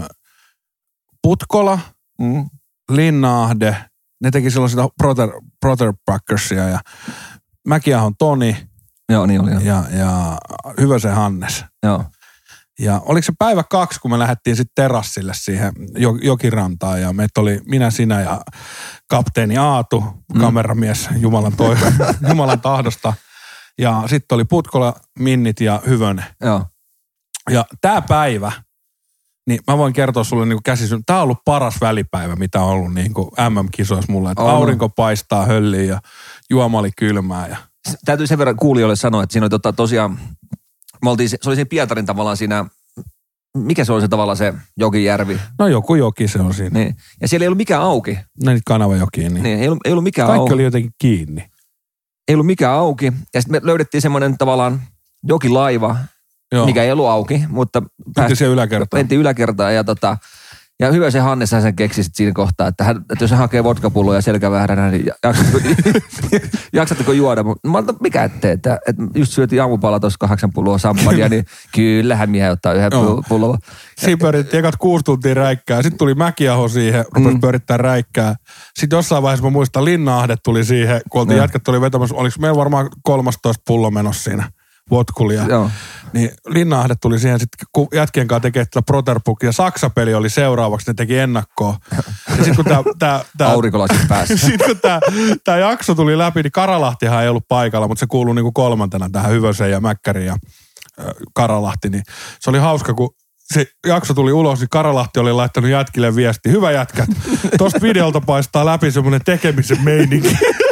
Putkola, Linnahde. Ne teki silloin sitä Brotherpackersia ja Mäkiahon Toni. Joo, niin oli. Ja Hyvösen Hannes. Joo. Ja oliko se päivä 2, kun me lähdettiin sitten terassille siihen jokirantaan ja meitä oli minä, sinä ja kapteeni Aatu, kameramies Jumalan tahdosta. Ja sitten oli Putkola, Minnit ja Hyvönen. Joo. Ja tää päivä, niin mä voin kertoa sulle niin käsisyn, tää on ollut paras välipäivä, mitä on ollut niin kuin MM-kisoissa mulle. Että aurinko paistaa hölliin ja juoma oli kylmää. Ja... Täytyy sen verran kuulijoille sanoa, että siinä oli tosiaan, se oli siinä Pietarin tavallaan siinä, mikä se oli se tavallaan se jokijärvi? No joku joki se on siinä. Niin. Ja siellä ei ollut mikään auki. Niitä kanavajokiin. Niin, ei ollut mikään Kaikki auki. oli jotenkin kiinni. Ei ollut mikään auki. Ja sitten me löydettiin semmoinen tavallaan jokilaiva, mikä ei ollut auki, mutta... Mentiin yläkertaan ja hyvä se Hannes sen keksi siinä kohtaa, että jos hän hakee vodkapulloa ja selkävääränä, niin jaksatteko juoda? Mä oon, mikä ettei, että just syötiin aamupala tuossa 8 pulloa champagnea, niin kyllähän miehen ottaa 1 pulloa. Siinä pyörittiin ekat 6 tuntia räikkää, sitten tuli Mäkiaho siihen, rupesi pyörittää räikkää. Sitten jossain vaiheessa mä muistan, Linnahde tuli siihen, kun oltiin jätkät oli vetämässä, oliko meillä varmaan 13 pullo menossa siinä vodkulia. Niin Linnahde tuli siihen sitten, kun jätkien kanssa tekee tätä Brotherbook ja Saksa-peli oli seuraavaksi, ne teki ennakkoa. Ja sitten kun tää aurinkolaiset päässä. Sitten kun tää jakso tuli läpi, niin Karalahtihan ei ollut paikalla, mutta se kuului niinku 3. tähän Hyvösen ja Mäkkärin ja Karalahti. Niin se oli hauska, kun se jakso tuli ulos, niin Karalahti oli laittanut jätkille viesti. Hyvä jätkät, tosta videolta paistaa läpi semmoinen tekemisen meininki.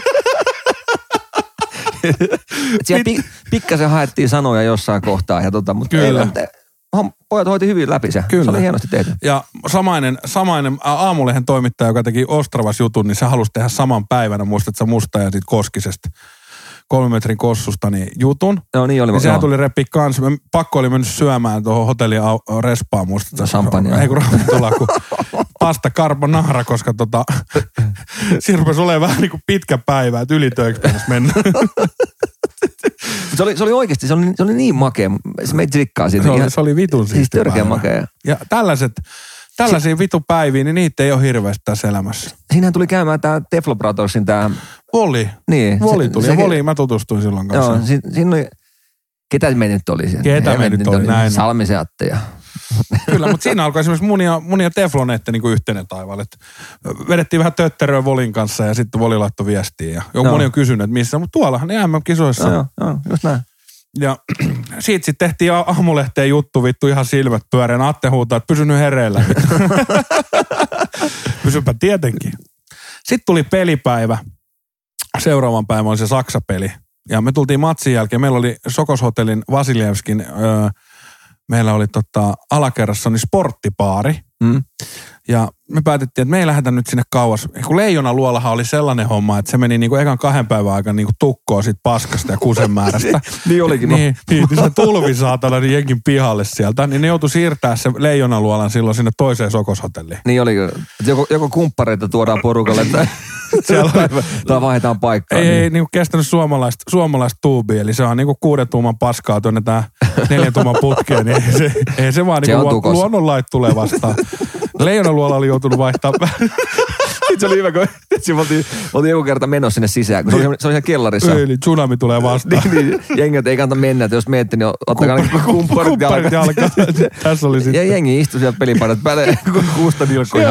Siellä pikkasen haettiin sanoja jossain kohtaa, mutta kyllä. Pojat hoiti hyvin läpi se. Kyllä. Se oli hienosti tehty. Ja samainen Aamulehen toimittaja, joka teki Ostravas jutun, niin se halusi tehdä saman päivänä, muistatko sä Musta ja siitä Koskisesta 3 metrin kossusta niin jutun. Joo, niin oli. Ja sehän tuli repiä kanssa. Pakko oli mennyt syömään tuohon hotellin respaan, muistatko? Champagnea. Ei kun ravintola, kun pasta carbonara, koska siinä rupesi olemaan vähän niin kuin pitkä päivä, että ylitöiksi pitäisi mennä. Se oli oikeasti, se oli niin makea. Se meitä rikkaa siitä. Se oli vitun siis törkeä makea. Ja tällaisia vitupäiviä, niin niitä ei ole hirveästi tässä elämässä. Siinähän tuli käymään tää Teflon Brothersin tää... Voli. Niin. Voli tuli. Ja Voliin mä tutustuin silloin kanssa. Joo, siinä oli... Ketä meitä nyt oli siellä? Ketä meitä nyt oli, näin. Salmisen Atte ja... Kyllä, mutta siinä alkoi esimerkiksi mun ja Tefloneette niin kuin yhteinen taivaalla. Vedettiin vähän tötteröä Volin kanssa ja sitten Voli laittoi viestiä. Ja moni on kysynyt, että missä, mutta tuollahan ne MM-kisoissa. Joo, just näin. Ja siitä sitten tehtiin aamulehteen juttu, vittu ihan silmät pyöreän. Atte huutaa, että pysy nyt hereillä. Pysypä tietenkin. Sitten tuli pelipäivä. Seuraavan päivän oli se Saksa-peli. Ja me tultiin matsin jälkeen. Meillä oli Sokoshotellin Vasiljevskin, meillä oli alakerrassa niin sporttipaari. Ja me päätettiin, että me ei lähdetä nyt sinne kauas. Kun Leijonan luolahan oli sellainen homma, että se meni niinku ekan 2 päivän aikana niinku tukkoon siitä paskasta ja kusenmäärästä. Niin olikin. Niin se tulvi saatana niin jenkin pihalle sieltä. Niin ne joutui siirtää se Leijonan luolan silloin sinne toiseen Sokoshotelliin. Niin oli. Joko kumppareita tuodaan porukalle tai vaihdetaan paikkaa. Ei niinku kestänyt suomalaista tuubia. Eli se on niinku 6 tuuman paskaa tuonne tää 4 tuuman putkeen. Niin ei se vaan niinku luonnonlait tulee vastaan. Leijonan luola oli joutunut vaihtamaan. Sitten se oli hyvä, kun oltiin joku kerta menossa sinne sisään, kun se oli siellä kellarissa. Eli tsunami tulee vastaan. niin, jengät ei kannata mennä, että jos menette, niin ottakaa kumpparit jalkaan. Tässä oli sitten. Ja jengi istui siellä pelipaidat päälle, kuusta nilkkoja.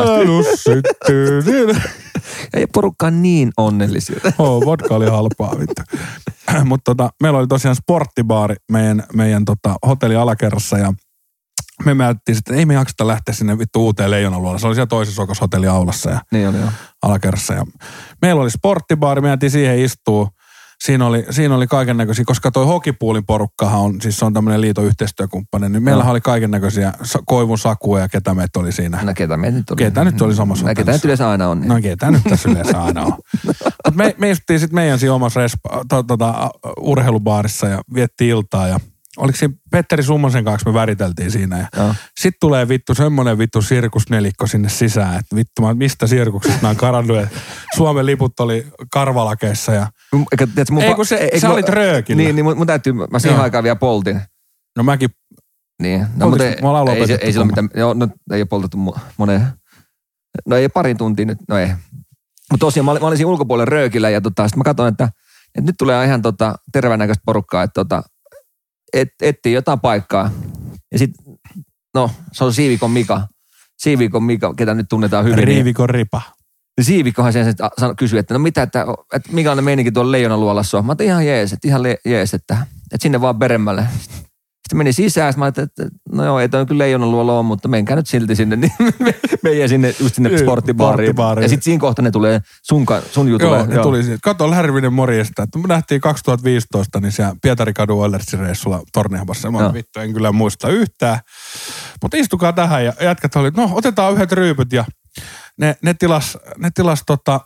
Ja porukka on niin onnellisia. Vodka oli halpaa, vittu. Mutta meillä oli tosiaan sporttibaari meidän hotelli alakerrassa ja me määrättiin sitten, ei me jakseta lähteä sinne vittu uuteen Leijonan luolaan. Se oli siellä toisessa Sokoshotelli aulassa ja niin oli, alakerrassa. Ja meillä oli sporttibaari, me jäätiin siihen istua. Siinä oli kaiken näköisiä, koska toi Hokipoolin porukkahan on, siis se on tämmöinen liiton yhteistyökumppani, niin meillähän oli kaiken näköisiä koivun sakuja ja ketä meitä oli siinä. No ketä meitä nyt oli. Ketä nyt oli samassa hotellissa. Ketä nyt yleensä aina on. Niin. No ketä nyt tässä yleensä aina on. Me istuttiin sitten meidän siinä omassa urheilubaarissa ja viettiin iltaa ja oliko siinä Petteri Summosen kanssa me väriteltiin siinä ja sitten tulee semmoinen sirkusnelikko sinne sisään, että vittu mistä sirkuksesta nämä on karannut, että Suomen liput oli karvalakeissa ja ei kun sä olit röökillä. Niin mun täytyy, mä siihen aikaan vielä poltin. No mäkin. Niin, no mutta ei sillä mitään, no ei ole poltettu moneen, no ei parin tuntia nyt, no ei. Mutta tosiaan mä olin siinä ulkopuolella röökillä ja sitten mä katsoin, että nyt tulee ihan terveenäköistä porukkaa, että etsii jotain paikkaa. Ja sitten, no, se on Siivikon Mika, ketä nyt tunnetaan hyvin. Riivikon Ripa. Siivikkohan sen kysyi, että no mitä, että minkälainen meininki tuolla Leijonan luolassa on. Mä oon ihan jees, että sinne vaan peremmälle. Sitten meni sisään, mä ajattelin, että no joo, ei toi kyllä Leijonan luola ole, mutta menkää nyt silti sinne, niin meidän sinne, just sinne sporttibaariin. Ja sitten siinä kohta ne tulee sun jutulle. Joo, ne tuli siitä. Kato Lärvinen morjesta, että me nähtiin 2015, niin siellä Pietarikadun Oilersin reissulla Torniahossa. Mä vittu, en kyllä muista yhtään. Mutta istukaa tähän ja jätkät oli, no otetaan yhdet ryypyt ja ne tilas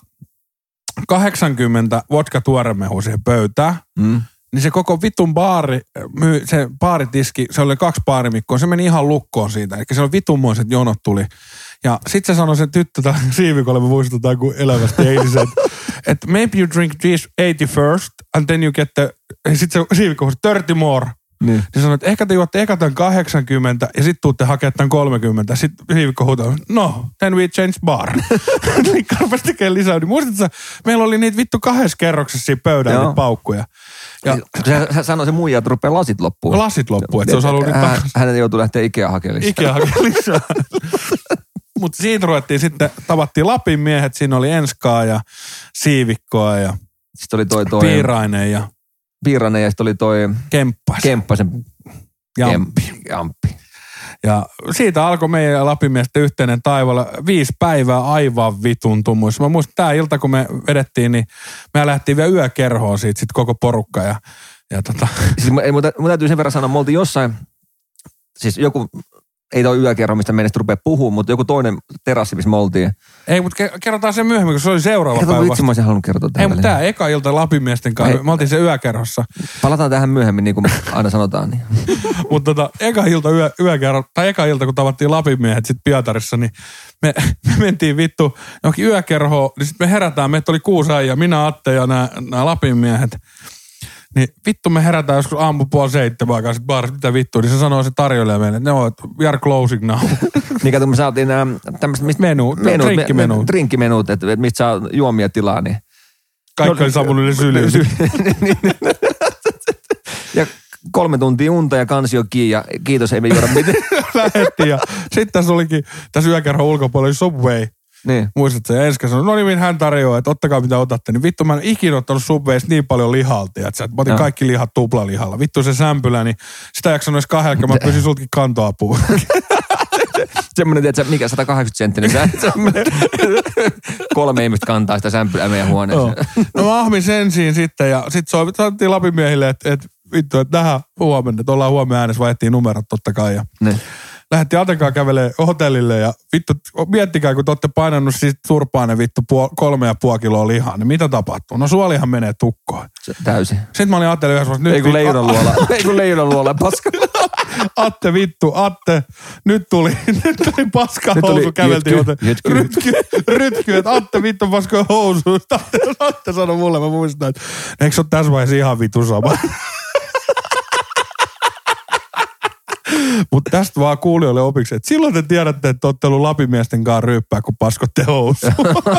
80 vodka tuoremehua siihen pöytään. Niin se koko vitun baari, se baaritiski, se oli 2 baarimikkoa, se meni ihan lukkoon siitä. Eli se oli vitunmoiset jonot tuli. Ja sitten se sanoi se tyttö Siivikolle, me muistutaan kuin elävästi eilisen, että maybe you drink this 81st and then you get the, sitten se Siivikko huusi 30 more. Niin sanoi, että ehkä te juotte eka tämän 80 ja sitten tuutte hakemaan tämän 30. Sitten Siivikko huutaa, no, then we change bar. Niin rupesi tekemään lisää. Niin muistatko, meillä oli niitä vittu 2 kerroksessa siinä pöydällä niitä paukkuja. Ja se sanoi se muija, että rupeaa lasit loppuun. Lasit loppuun, että se olisi halunnut niitä takaisin. Hänen joutui lähteä Ikea hakemaan lisää. Mutta siitä ruvettiin sitten, tavattiin Lapin miehet, siinä oli Enskaa ja Siivikkoa ja sitten oli toi Piirainen ja sitten oli toi Kemppasen Jamppi. Ja siitä alkoi meidän Lapimiesten yhteinen taivaalla 5 päivää aivan vitun tumuissa. Mä muistan, tää ilta kun me vedettiin, niin me lähtiin vielä yökerhoon siitä sit koko porukka. Siis mun täytyy sen verran sanoa, me oltiin jossain, siis joku, ei toi yökerho, mistä meidän rupea puhumaan, mutta joku toinen terassi, missä me oltiin. Ei, mutta kerrotaan sen myöhemmin, kun se oli seuraava päivä. Vitsi, mä olisin halunnut kertoa tähän. Ei, mutta tää eka ilta Lapimiesten kanssa, me oltiin se yökerhossa. Palataan tähän myöhemmin, niin kuin aina sanotaan. Niin. Mutta eka ilta, kun tavattiin Lapimiehet sit Pietarissa, niin me mentiin vittu johonkin yökerhoon, niin sitten me herätään, meitä oli 6 äijää, minä, Atte ja nämä Lapimiehet. Niin vittu me herätään joskus aamu 6:30 aikaa sit baarissa, mitä vittua, niin se sanoo se tarjoilija meille, että no, we are closing now. Niin kato, me saatiin tämmöistä drinkkimenut, että mistä saa juomia tilaa, niin. Kaikki oli sammunut ne syliin. Ja 3 tuntia unta ja kansio kiinni ja kiitos, ei me juoda mitään. Lähettiin ja sitten tässä olikin, tässä yökerhon ulkopuolella Subway. Niin. Muistatko? Ja ensin sanoi, no niin hän tarjoaa, että ottakaa mitä otatte. Niin vittu mä en ikinä ottanut Subwaysta niin paljon lihalta. Että mä otin kaikki lihat tuplalihalla. Vittu se sämpylä, niin sitä jaksanut edes 2, mä pyysin sultakin kantoapua. Semmoinen, tiedätkö, mikä 180 senttinen. 3 ihmistä kantaa sitä sämpylää meidän huoneessa. No mä ahmin ensin sitten ja sitten soitettiin Lapin miehille, että vittu, että nähdään huomenna. Että ollaan huomenna äänessä, vaihdettiin numerot totta kai. Ja lähdettiin Atenkaan kävelemään hotellille ja vittu, miettikää, kun te olette painanut siis turpaanne vittu 3,5 kiloa lihaa, niin mitä tapahtuu? No suolihan menee tukkoon. Täysin. Sitten mä olin ajatellut yhdessä vaiheessa, ei kun leijonaluola, paska. Atte, nyt tuli paskahousu, käveltiin rytky, että Atte vittu paska housu. Atte sanoi mulle, mä muistan, että eikö se ole tässä vaiheessa ihan vittu sama? Mutta tästä vaan kuulijoille opiksi, että silloin te tiedätte, että olette ollut Lapimiesten kanssa ryyppää, kun paskotte housuun.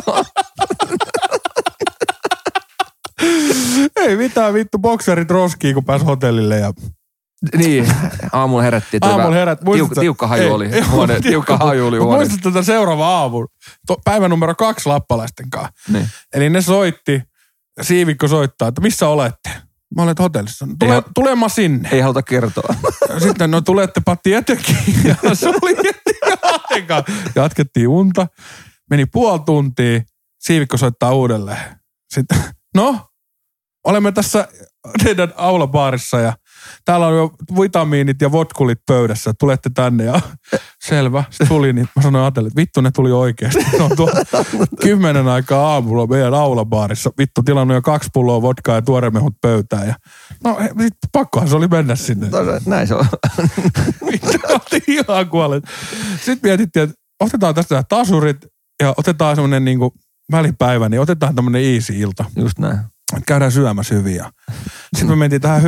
Ei mitään vittu, bokserit roskiin, kun pääsi hotellille ja... Niin, aamulla herättiin. Tiukka haju oli. Tiukka haju oli huone. Muistatko tätä seuraava aamu? Päivä numero 2 lappalaisten kanssa. Niin. Eli ne soitti, Siivikko soittaa, että missä olette? Mä olen hotellissa. Tulema sinne. Ei haluta kertoa. Sitten no tulettepa tietenkin. Ja se oli Atenkaan. Jatkettiin unta. Meni 0,5 tuntia. Siivikko soittaa uudelleen. Sitten, no, olemme tässä teidän aulabaarissa ja täällä on jo vitamiinit ja vodkulit pöydässä. Tulette tänne ja selvä. Se tuli, niin mä sanoin Atelle, että vittu ne tuli oikeasti. No tuo 10 aikaa aamulla meidän aulabaarissa. Vittu tilannut jo 2 pulloa vodkaa ja tuoremehut pöytään. Ja no pakkohan se oli mennä sinne. No, näin se on. Vittu oltiin ihan kuolleet. Sitten mietittiin, että otetaan tästä tasurit ja otetaan semmoinen niinku välipäivä, niin otetaan tämmöinen easy ilta. Just näin. Käydään syömässä hyviä. Sitten me mentiin tähän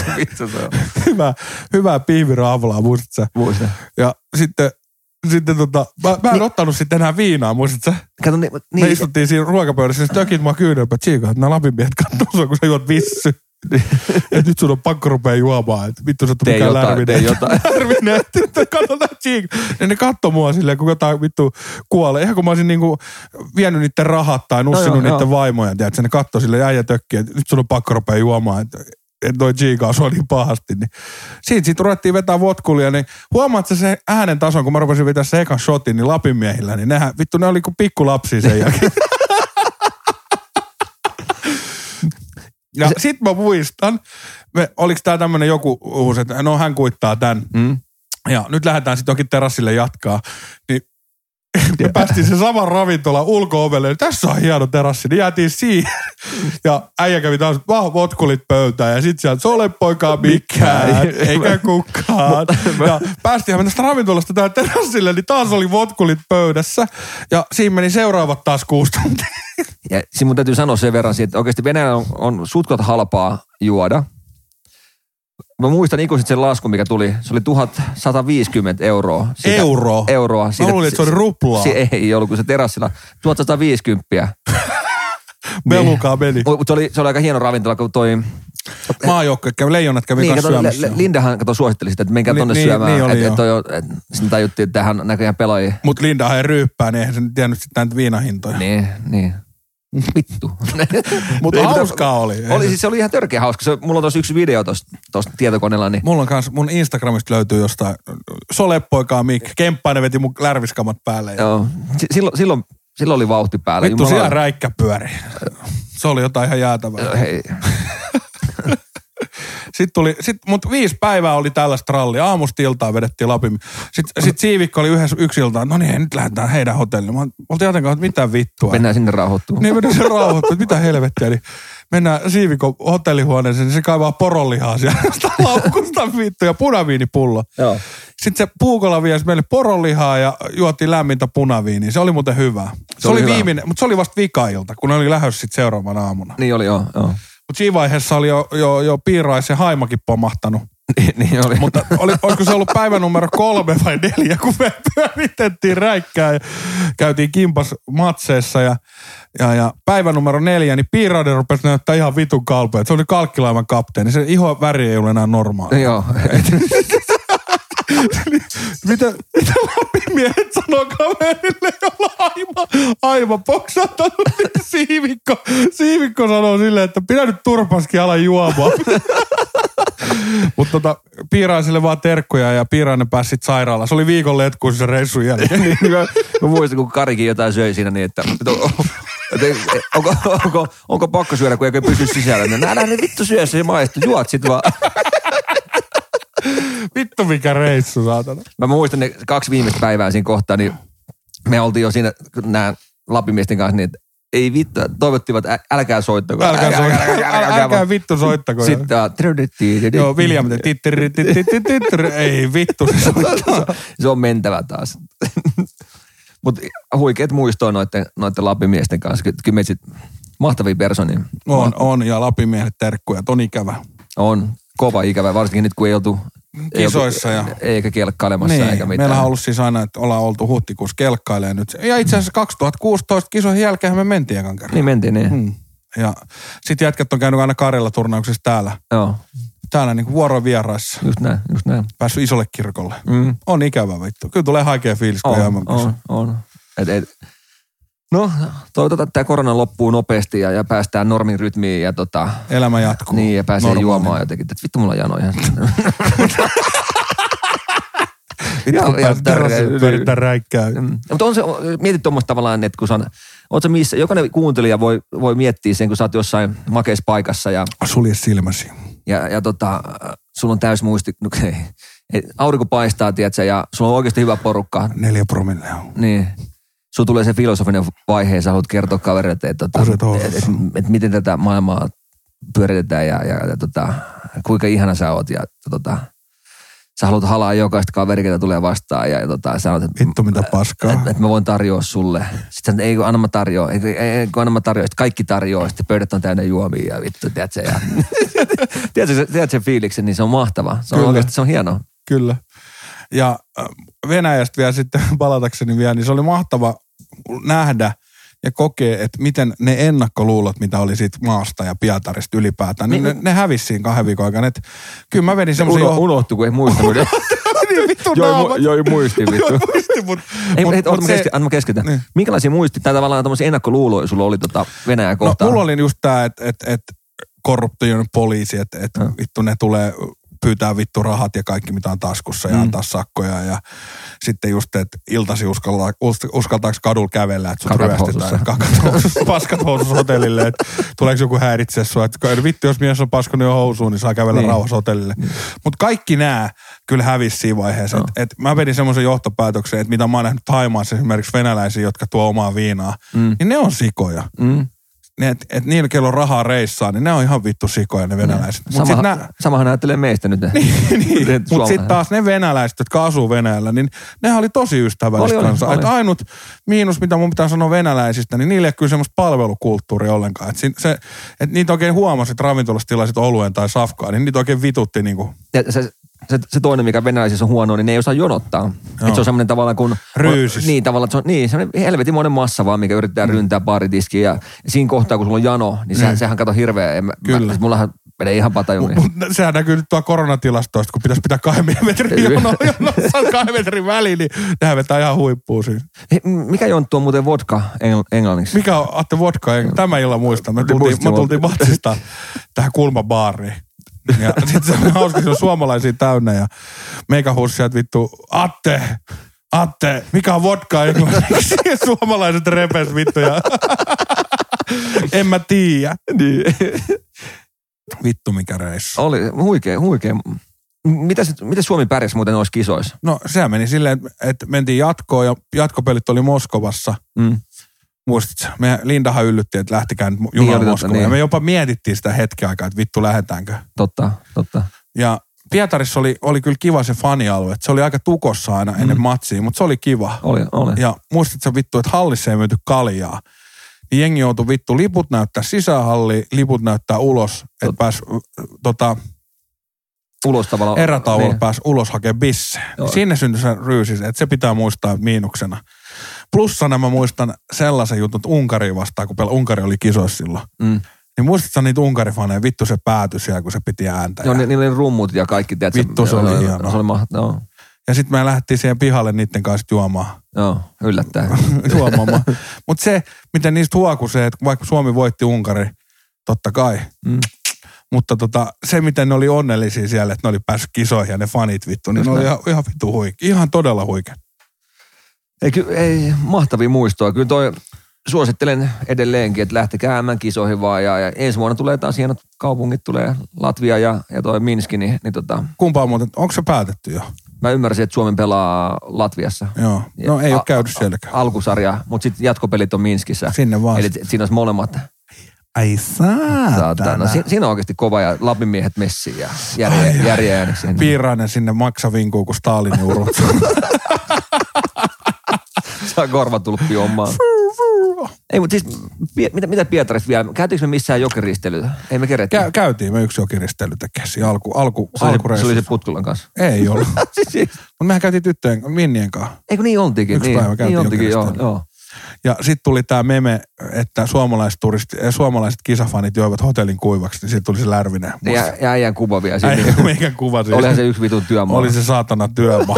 hyvää piiviraavalaa, muistatko? Muistan. Ja sitten mä en ottanut sitten enää viinaa, muistatko? Kato, me istuttiin siinä ruokapöydässä, ja tökit mua kyynelpä, tsiikaa, että nämä Lapin miehet katsoo sua, kun sä juot vissy. Että nyt sun on pakko rupea juomaan, että vittu sä oot mikään lärvinen. Katsotaan tsiikaa. Ja ne katsoi mua silleen, kun jotain vittu kuolee. Ihan kun mä olisin niinku vienyt niiden rahat tai nussinut niiden vaimoja, tiedätkö? Ne katsoi silleen äijä tökkiä, että nyt sun on pakko rupea juomaan, että toi tsiikaa sua niin pahasti. Niin. Siitä ruvettiin vetää vodkulia, niin huomaatko se äänen tason, kun mä rupesin vetää se ekan shotin, niin Lapin miehillä, niin nehän, vittu ne oli kuin pikkulapsia sen jälkeen. Ja sit mä muistan, oliks tää tämmönen joku uusi, että no hän kuittaa tän. Ja nyt lähdetään sitten jonkin terassille jatkaa. Niin me päästiin sen saman ravintolan ulko-ovelle. Ja tässä on hieno terassi. Niin jäätiin siihen. Ja äijä kävi taas vodkulit pöytään. Ja sit sieltä, se ole poikaa mikään, eikä kukaan. Ja päästiin me tästä ravintolasta tähän terassille, niin taas oli vodkulit pöydässä. Ja siinä meni seuraavat taas 6 tuntia. Ja siinä mun täytyy sanoa sen verran, että oikeasti Venäjällä on sutkot halpaa juoda. Mä muistan ikuisesti sen laskun, mikä tuli. Se oli 1150 euroa. Euroa. Mä luulin, että se oli ruplaa. Ei ollut, kun se terassilla. 1150. Melukaa meni. Mutta se oli aika hieno ravintola, kun toi... Leijonat kävi kanssa syömässä. Lindahan suositteli sitä, että menkää tonne syömään. Sitten tajuttiin, että hän näköjään pelaajia. Mutta Lindahan ei ryyppää, niin eihän se tiennyt sitten näitä viinahintoja. Niin. Vittu. Mutta hauskaa oli. Siis se oli ihan törkeä hauska. Mulla on tuossa yksi video tuossa tietokoneella. Niin. Mulla on kans, mun Instagramista löytyy jostain, Solepoikaa Mik, Kemppainen veti mun lärviskamat päälle. Joo, silloin oli vauhti päällä. Vittu siellä räikkä pyöri. Se oli jotain ihan jäätävää. Hei. Mutta 5 päivää oli tällaista rallia. Aamusta iltaan vedettiin Lapin. Sitten Siivikko oli yksi iltaan. No niin, nyt lähdetään heidän hotelliin. Oltiin jotenkin, että mitä vittua. Mennään sinne rauhoittumaan. Niin, mennään sinne rauhoittumaan. Mitä helvettiä. Niin mennään Siivikon hotellihuoneeseen, niin se kaivaa poronlihaa siellä laukusta vittu ja punaviinipullo. Joo. Sitten se Puukola viesi meille poronlihaa ja juotiin lämmintä punaviiniä. Se oli muuten hyvä. Se oli viimeinen, mutta se oli vasta vika-ilta, kun ne oli lähdössä sitten seuraavana aamuna. Niin oli, joo. Mutta siinä vaiheessa oli jo Piiraisen haimakin pomahtanut. Niin oli. Mutta olisiko se ollut päivä numero 3 vai 4, kun me pyöritettiin räikkää ja käytiin kimpas matseissa ja päivä numero 4, niin Piirainen rupesi näyttää ihan vitun kalpea. Se oli kalkkilaivan kapteeni. Se ihon väri ei ole enää normaali. Joo. Mitä Lapimiehet sanoo kaverille, jolla aivan poksahtanut, niin siivikko sanoo silleen, että pidä nyt turpaskin ala juomaan. Mutta Piiraiselle vaan terkkuja ja Piirainen pääsi sit sairaalaan. Se oli viikon letkuun se reissun jälkeen. Mä muistan, kun Karikin jotain söi siinä niin, että onko pakko syödä, kun ei pysy sisällä. Nää lähde vittu syö, se maistuu, juot sit vaan. Vittu mikä reissu, saatana. Mä muistan ne 2 viimeistä päivää siinä kohtaa, niin me oltiin jo siinä nää Lapimiesten kanssa niin, että ei vittu, toivottivat, älkää soittako. Älkää vittu soittako. Sitten joo, William, ei vittu se soittaa. Se on mentävä taas. Mutta huikeat muistoa noiden Lapimiesten kanssa. Kyllä meitä sitten mahtavia persoonia. On, ja Lapimiehet terkkuja, on ikävä. On, kova ikävä, varsinkin nyt kun ei oltu kisoissa eikä kelkkailemassa niin, eikä mitään. Meillä on ollut siis aina, että ollaan oltu huhtikuussa kelkkailemaan nyt. Ja itse asiassa 2016 kisojen jälkeen me mentiin ekan kerran. Niin mentiin, niin. Ja sitten jätkät on käynyt aina Karjala-turnauksessa täällä. Joo. Täällä niinku vuoroin vieraissa. Just näin. Päässyt isolle kirkolle. On ikävä vittu. Kyllä tulee haikea fiilis, kun on. No, toivotaan, että tämä korona loppuu nopeasti ja päästään normin rytmiin ja elämä jatkuu. Niin, ja pääsee juomaan jotenkin. Että vittu, mulla on janoja. Pyörittää räikkää. Mutta on se, mietit tuommoista tavallaan, että kun oot missä, jokainen kuuntelija voi miettiä sen, kun sä oot jossain makeissa paikassa. Sulje silmäsi. Ja sulla on täys muisti, aurinko paistaa, tiedätkö, ja sulla on oikeasti hyvä porukka. 4 promille. Niin. Sulla tulee se filosofinen vaihe, ja sä haluat kertoa kavereille, että miten tätä maailmaa pyöritetään ja kuinka ihana sä oot. Ja sä haluat halaa jokaista kaveria, ketä tulee vastaan. Ja sanot, että vittu mitä paskaa. Että mä voin tarjoa sulle. Sitten ei kun anna mä tarjoa. Ei kun anna mä tarjoa. Sitten kaikki tarjoaa. Sitten pöydät on täynnä juomia ja vittu, tiedätkö. Ja tiedätkö sen fiiliksen, niin se on mahtava. Se on oikeasti, se on hienoa. Kyllä. Ja Venäjästä vielä sitten palatakseni vielä, niin se oli mahtava nähdä ja kokea, että miten ne ennakkoluulot, mitä oli siitä maasta ja Pietarista ylipäätään, niin ne hävisi siinä 2 viikon aikana. Että kyllä mä vedin semmoisen... Unohtui, kun ei muista. Niin vittu naamat. Joo, muisti vittu. Joo, muisti, mutta... Anna mä keskitän. Niin. Minkälaisia muisti, tai tavallaan tämmöisiä ennakkoluuloja sulla oli Venäjän kohtaan? No, mulla oli just tää, että korruptioinen poliisi, että vittu ne tulee... pyytää vittu rahat ja kaikki, mitä on taskussa ja antaa sakkoja. Ja sitten just, että iltasi uskaltaako kadulla kävellä, että sut ryöstetään. Paskat housussa hotellille, että tuleeko joku häiritsee sua. Että vittu, jos mies on paskonut jo housuun, niin saa kävellä rauhassa hotellille. Mutta kaikki nämä kyllä hävisi siinä vaiheessa. No. Et mä vedin semmoisen johtopäätöksen, että mitä mä oon nähnyt Thaimaassa esimerkiksi venäläisiä, jotka tuo omaa viinaa, niin ne on sikoja. Että niillä, kello on rahaa reissaa, niin ne on ihan vittu sikoja ne venäläiset. Samahan ajattelee meistä nyt. niin. Mutta sitten taas ne venäläiset, jotka asuu Venäjällä, niin nehän oli tosi ystävällistä kanssa. Että ainut miinus, mitä mun pitää sanoa venäläisistä, niin niillä ei ole kyllä semmoista palvelukulttuuria ollenkaan. Että niitä oikein huomasi, että ravintolassa tilaisit oluen tai safkaa, niin niitä oikein vitutti niinku. Se toinen, mikä venäläisissä on huono, niin ne ei osaa jonottaa. Että se on semmoinen tavallaan kuin... Ryysis. Niin, tavallaan, että se on semmoinen helvetimoinen massa vaan, mikä yrittää ryntää baaritiskiin. Ja siinä kohtaa, kun sulla on jano, niin sehän kato hirveä. Kyllä. Mullahan menee ihan patajumiin. Sehän näkyy nyt tuo koronatilastoista, kun pitäisi pitää 2 metrin jonossa 2 metrin väliin, niin nehän vetää ihan huippuun siinä. Mikä jonttu on muuten vodka englanniksi? Mikä on, Atte, vodka? Tämä illan muista. Me tultiin matsista tähän kulmabaariin. Ja sitten se on hauska, se on suomalaisia täynnä ja meikä huusi sieltä vittu, Atte, mikä on vodka englanniksi? Suomalaiset repes vittu ja en mä tiedä. Niin. Vittu mikä reissu. Oli huikea. Mitä Suomi pärjäsi muuten noissa kisoissa? No sehän meni silleen, että mentiin jatkoon ja jatkopelit oli Moskovassa. Muistatko? Lindahan yllytti, että lähtikää nyt junalla Moskovaan. Niin. Ja me jopa mietittiin sitä hetken aikaa, että vittu lähdetäänkö. Totta. Ja Pietarissa oli kyllä kiva se fanialue. Se oli aika tukossa aina ennen matsia, mutta se oli kiva. Oli. Ja muistatko vittu, että hallissa ei myyty kaljaa. niin jengi joutui vittu liput näyttää sisähalliin, liput näyttää ulos, että pääs ulos tavallaan. Erätauolla niin. pääsi ulos hakemaan bissejä. Sinne syntyi se ryysis, että se pitää muistaa miinuksena. Plussana mä muistan sellaisen jutun, että Unkari vastaan, kun Unkari oli kisoissa silloin. Niin muistatko niitä Unkarifaneja? Vittu se päätyi siellä, kun se piti ääntä. Joo, niillä oli rummut ja kaikki. Tiedätkö, vittu se oli hieno. Se oli mahtavaa. Ja sitten me lähdettiin siihen pihalle niiden kanssa juomaan. Joo, yllättäen. Juomaan. Mutta se, miten niistä huokui se, että vaikka Suomi voitti Unkari, totta kai. Mutta se, miten ne oli onnellisia siellä, että ne oli päässyt kisoihin ja ne fanit vittu, niin ne oli ihan vittu huikea. Ihan todella huikea. Ei mahtavia muistoa. Kyllä toi suosittelen edelleenkin, että lähtekää MM-kisoihin vaan. Ja ensi vuonna tulee taas hienot kaupungit, tulee Latvia ja toi Minski. Niin Kumpaa muuten, onko se päätetty jo? Mä ymmärsin, että Suomi pelaa Latviassa. Joo, no ei ole käynyt sielläkään. Alkusarja, mutta sitten jatkopelit on Minskissä. Sinne vaan. Eli siinä olisi molemmat. Ai saatana. No, siinä on oikeasti kova ja Lapin miehet messiin ja järjeä ääneksi. Piirainen sinne maksavinkuun, kun Stalin urut. Saa korvatulppi omaan. Ei, mutta siis, mitä Pietarista vielä? Käytiinkö me missään jokiristelyä? Ei me keretty. Käytiin me yksi jokiristely tekesi alkureissussa. Se oli se Putkulan kanssa. Ei ollut. Mutta mehän käytiin tyttöjen, Minnien kanssa. Eikö niin oltikin? Yksi päivä käytiin jokiristelyä. Joo. Ja sitten tuli tämä meme, että suomalaiset kisafanit joivat hotellin kuivaksi, niin siitä tuli se Lärvinen. Ja äijän kuva vielä siinä. Meikän kuva siis. Olihan se yksi vitun työmaa. Oli se saatana työmaa.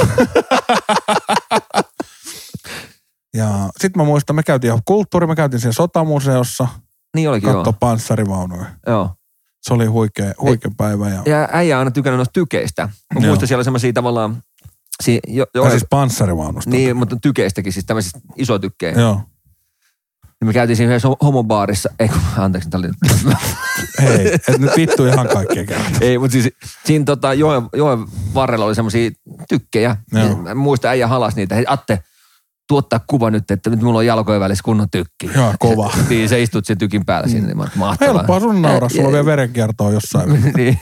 Ja sitten mä muistan, me käytiin kulttuuri, me käytiin siellä sotamuseossa. Niin olikin, katso panssarivaunuja. Joo. Se oli huikea päivä. Ja äijä on aina tykännyt noista tykeistä. Mä muistan siellä semmosia tavallaan... siis panssarivaunusta. Niin, mutta tykeistäkin, siis tämmöisistä isotykkejä. Joo. Me käytiin siinä yhdessä homobaarissa. Ei kun, anteeksi, tämä oli... Hei, et nyt vittu ihan kaikkea käytä. Ei, mutta siis siinä joen varrella oli semmosia tykkejä. Mä muistan, äijä halas niitä. Hei Atte, tuottaa kuva nyt, että nyt mulla on jalkojen välissä kunnon tykki. Joo, kova. Niin, sä istut sen tykin päällä sinne. Niin mahtavaa. Helppoa sun nauraa, sulla on vielä verenkiertoa jossain. Niin,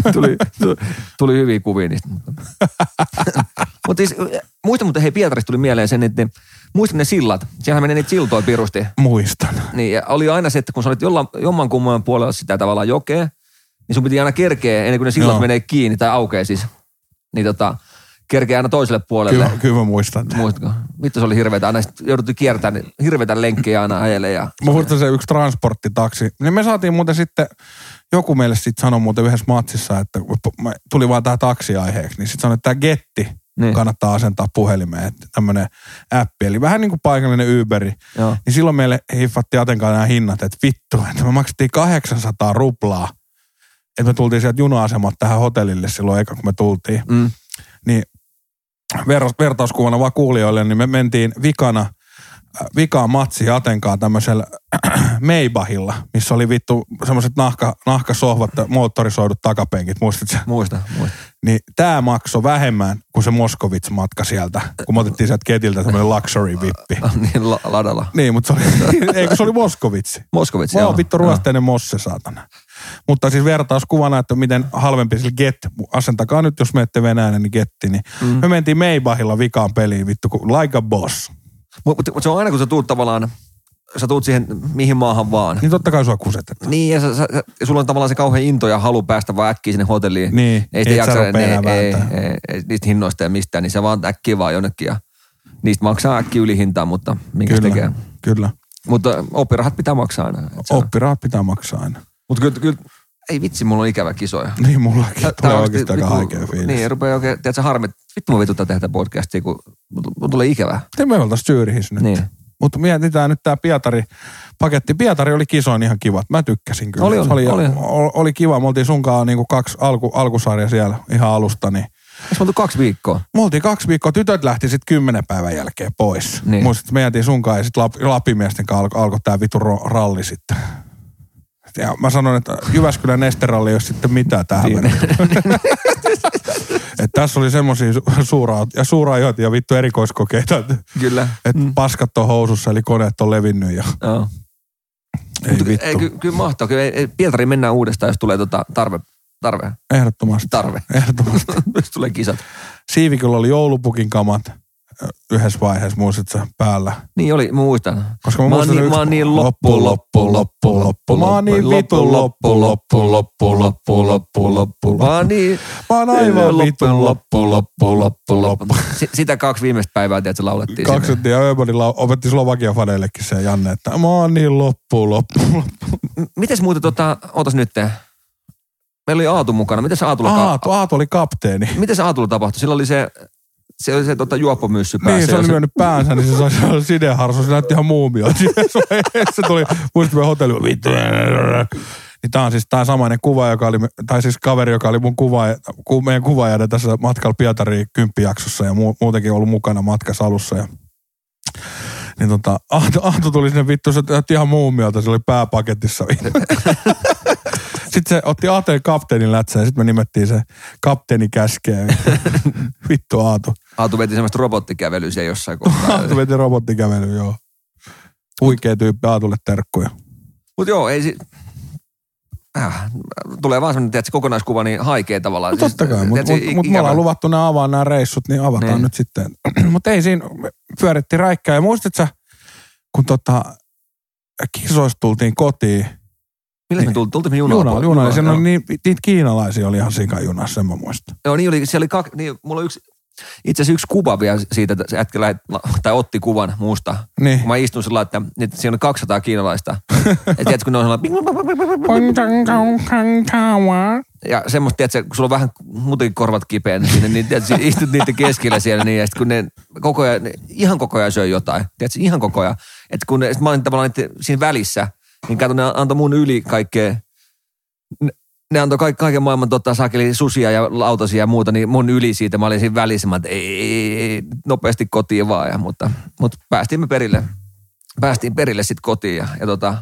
tuli hyviä kuvia niistä. Mutta siis, muistan, hei Pietarista tuli mieleen sen, että muistan ne sillat. Siellähän menee niitä siltoja pirusti. Muistan. Niin, ja oli aina se, että kun sä olit jommankumman puolella sitä tavallaan jokea, niin sun piti aina kerkeä ennen kuin ne sillat menee kiinni tai aukeaa siis. Niin kerkeä aina toiselle puolelle. Kyllä mä muistan. Muistatko? Vittu se oli hirveetä. Aina jouduttiin kiertämään hirveitä lenkkejä aina ajelle. Mä muistan se yksi transporttitaksi. Niin me saatiin muuten sitten, joku meille sitten sanoi muuten yhdessä matsissa, että tuli vaan tää taksiaiheeksi. Niin sitten sanoi, että tää Getti kannattaa asentaa puhelimeen. Että tämmönen appi. Eli vähän niin kuin paikallinen Uberi. Joo. Niin silloin meille hiffatti Atenkaan nämä hinnat, että vittu, että me maksettiin 800 ruplaa. Että me tultiin sieltä juna-asemalta tähän hotellille silloin eka, kun me tultiin. Niin vertauskuvana vaan kuulijoille, niin me mentiin vikaan matsi Atenkaan tämmöisellä Maybachilla, missä oli vittu semmoiset nahkasohvat, moottorisoidut takapenkit, muistatko? Muista. Niin tää maksoi vähemmän kuin se Moskovits-matka sieltä, kun me otettiin sieltä Ketiltä semmoinen luxury-vippi. Niin ladalla. Niin, mutta se oli Moskovitsi. Moskovitsi, joo. Vittu ruosteinen mosse, saatana. Mutta siis vertauskuvana, että miten halvempi sillä Get, asentakaa nyt, jos menette Venäjänä, niin Getti, niin me mentiin Maybachilla vikaan peliin, vittu, like a boss. Mutta se on aina, kun sä tuut tavallaan, sä tuut siihen mihin maahan vaan. Niin totta kai sua kusetetaan. Niin, ja sulla on tavallaan se kauhean into ja halu päästä vaan äkkiä sinne hotelliin. Niin, ei niistä hinnoista ja mistään, niin se vaan äkkiä vaan jonnekin ja niistä maksaa äkkiä yli hintaa, mutta minkä tekee. Kyllä. Mutta oppirahat pitää maksaa aina. Oppirahat pitää maksaa aina. Mutta kyllä, ei vitsi, mulla on ikävä kisoja. Niin, mullakin tulee oikeasti aika haikea fiilis. Niin, rupeaa oikein, tiedätkö, harmi, vittu mä vituttaa tehdä podcastia, kun mulla tulee ikävää. Me oltaisiin Zürichissä nyt. Niin. Mutta mietitään nyt tää Pietari-paketti. Pietari oli kisoin ihan kiva. Mä tykkäsin kyllä. Oli kiva. Me oltiin sunkaan niinku 2 alkusarja siellä ihan alusta. Niin. Eikö me oltu 2 viikkoa? Me oltiin 2 viikkoa. Tytöt lähti sitten 10 päivän jälkeen pois. Niin. Muistat, me jäätiin sunkaan ja sitten Lapimiesten kanssa alkoi tää vitu ralli sitten. Ja mä sanoin, että Jyväskylän Nesteralli ei ole sitten mitään tähän että tässä oli semmosia suurajoita ja vittu erikoiskokeita. Kyllä. Että paskat on housussa, eli koneet on levinnyt ja... Joo. Ei vittu. Kyllä mahtoo. Pietariin mennään uudestaan, jos tulee tarve. Ehdottomasti. Tarve. Ehdottomasti. Jos tulee kisat. Siivikilla oli joulupukin kamat. yhdessä vaiheessa, muistatko päällä? Niin oli, muistan. Koska mä oon niin loppu. Mä oon niin vitun loppu. Mä oon aivan vitun loppu. Sitä 2 viimeistä päivää, tiedätkö, laulettiin. Kaksottiin ja Öboni opetti Slovakian faneillekin se Janne, että mä oon niin loppu. Mites muuten ootas nyt? Meillä oli Aatu mukana. Mites Aatu oli kapteeni. Miten se Aatulla tapahtui? Sillä oli se juoppomyssy päässä. Niin, se oli lyönyt päänsä, niin se sai sideharsu. Se näytti ihan muumio. Se tuli, muistamme hotelli, vittu. Niin tää on siis tää samainen kuva, joka oli, tai siis kaveri, joka oli meidän kuvaajana tässä matkalla Pietariin 10-jaksossa ja muutenkin ollut mukana matkassa alussa. Ja, niin Aatu tuli sinne vittu, se näytti ihan muumiolta, se oli pääpaketissa. Sitten se otti Aateen kapteenin lätsää ja sitten me nimettiin se kapteeni käskee. Vittu Aatu. Aatu veti semmoista robottikävelyä siellä jossain kohtaa. Aatu veti robottikävelyä, joo. Huikea tyyppi, Aatulle terkkuja. Mut joo, ei tulee vaan semmoinen, tiedätkö, kokonaiskuva niin haikea tavallaan. No totta kai, mutta me ollaan luvattu nämä reissut, niin avataan nyt sitten. Mutta ei siinä, pyörittiin räikkää. Ja muistatko sä, kun kisoista tultiin kotiin. Millä me tultiin me junalla? Junalla. Siinä oli niitä kiinalaisia oli ihan sikajunassa, sen mä muistan. Joo, niin oli, siellä oli mulla oli itse asiassa yksi kuva vielä siitä, että se jätkä otti kuvan muusta. Niin. Kun mä istun sillä että siinä oli 200 kiinalaista. Ja tiedätkö, kun ne on sellainen ja semmoista, tiedätkö, kun sulla on vähän muutenkin korvat kipeä, niin tiedätkö, istut niiden keskellä siellä niin, ja sitten kun ne ihan koko ajan söi jotain. Tiedätkö, ihan koko ajan. Että kun mä olin tavallaan siinä välissä, niin kato, ne antoi mun yli kaikkea. Ne antoi kaiken maailman saakeli susia ja lautasia ja muuta, niin mun yli siitä. Mä olin siinä välissä, että ei, nopeasti kotiin vaan. Mutta päästiin perille sitten kotiin ja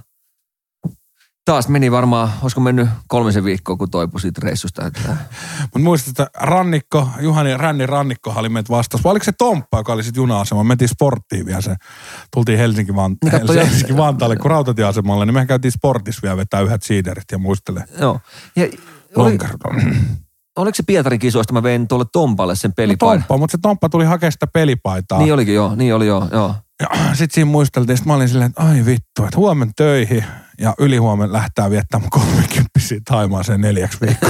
taas meni varmaan, olisiko mennyt 3 viikkoa, kun toipui siitä reissusta. Mutta muistat, että Ränni Rannikkohan oli meitä vastaus. Vai oliko se Tomppa, joka oli sitten juna-asema? Me mentiin sporttiin vielä se. Tultiin Helsinki-Vantaalle, kun rautatieasemalle, niin mehän käytiin sportissa vielä vetää yhdet siiderit ja muistelee. Joo. Oliko se Pietarin kisoista, mä vein tuolle Tompalle sen pelipaidan? No Tomppa, mutta se Tomppa tuli hakemaan sitä pelipaitaa. Niin olikin joo, joo. Ja sit siinä muisteltiin, että mä olin silleen, että ai vittu, että huomen töihin ja ylihuomen lähtää viettämään 30 Taimaaseen 4 viikkoa.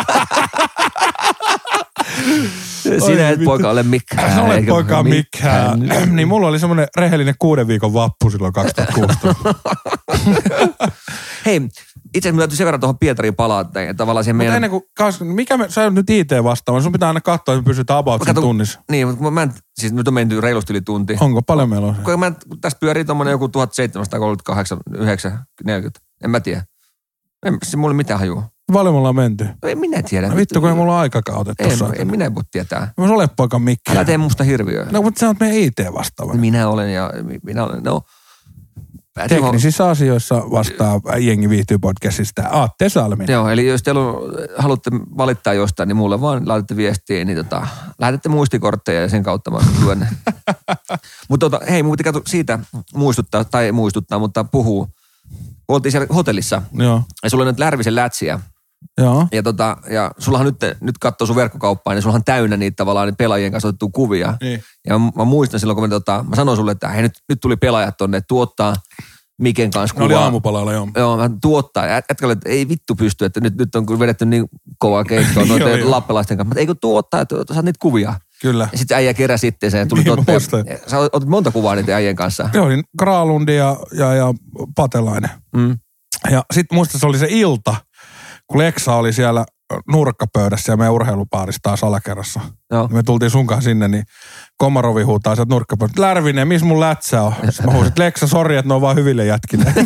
Sinä et poika ole mikään. Sä olet poika mikään. Niin mulla oli semmoinen rehellinen 6 viikon vappu silloin 2016. Hei, itse asiassa täytyy sen verran tuohon Pietariin palaa. Tavallaan siihen meidän... Mutta ennen kuin, sä olet nyt IT vastaava, sun pitää aina katsoa, että me pysytään about sen tunnissa. Niin, mutta siis nyt on menty reilusti yli tunti. Onko paljon meillä on? Kun tässä pyörii tommonen joku 1738, 9, 40. En mä tiedä. Se mulla ei mitään hajua. Paljon me ollaan menty. En minä tiedä. No vittu, kun ei mulla aikakaudet tossa. En minä voi tietää. Mä olet poika mikään. Älä tee musta hirviöä. No, mutta sä oot meidän IT vastaava. Minä olen. No. Teknisissä asioissa vastaa Jengi viihtyy podcastista Aatte Salminen. Joo, eli jos teillä haluatte valittaa jostain, niin mulle vaan laitatte viestiä, niin lähetätte muistikortteja ja sen kautta mä luen. Mutta hei, mun pitää siitä muistuttaa, mutta puhuu. Oltiin siellä hotellissa. Joo. Ja sulla on nyt Lärvisen lätsiä. Joo. Ja sullahan nyt katsoo sun verkkokauppaa, niin sullahan on täynnä niitä tavallaan niin pelaajien kanssa otettua kuvia. Niin. Ja mä muistan silloin, kun mä sanoin sulle, että hei nyt tuli pelaajat tonne, tuottaa Miken kanssa kuvaa. Ne oli aamupalalla, joo. Joo, mä tuottaa. Jätkälle, että ei vittu pysty, että nyt on vedetty niin kovaa keittoa noiden lappelaisten kanssa. Mutta eikö tuottaa, että saat niitä kuvia. Kyllä. Ja sitten äijä keräsi sitten sen ja tuli totta. Sä otit monta kuvaa niiden äijien kanssa. Joo, niin Gralundi ja Patelainen. Mm. Ja sitten muista se oli se ilta, kun Leksa oli siellä nurkkapöydässä ja meidän urheilupaarissa taas alakerrassa. Joo. Me tultiin sunkaan sinne, niin Komarovi huutaa sieltä nurkkapöydästä. Lärvinen, missä mun lätsä on? Sitten mä huusin, että Leksa, sori, että ne on vaan hyville jätkille.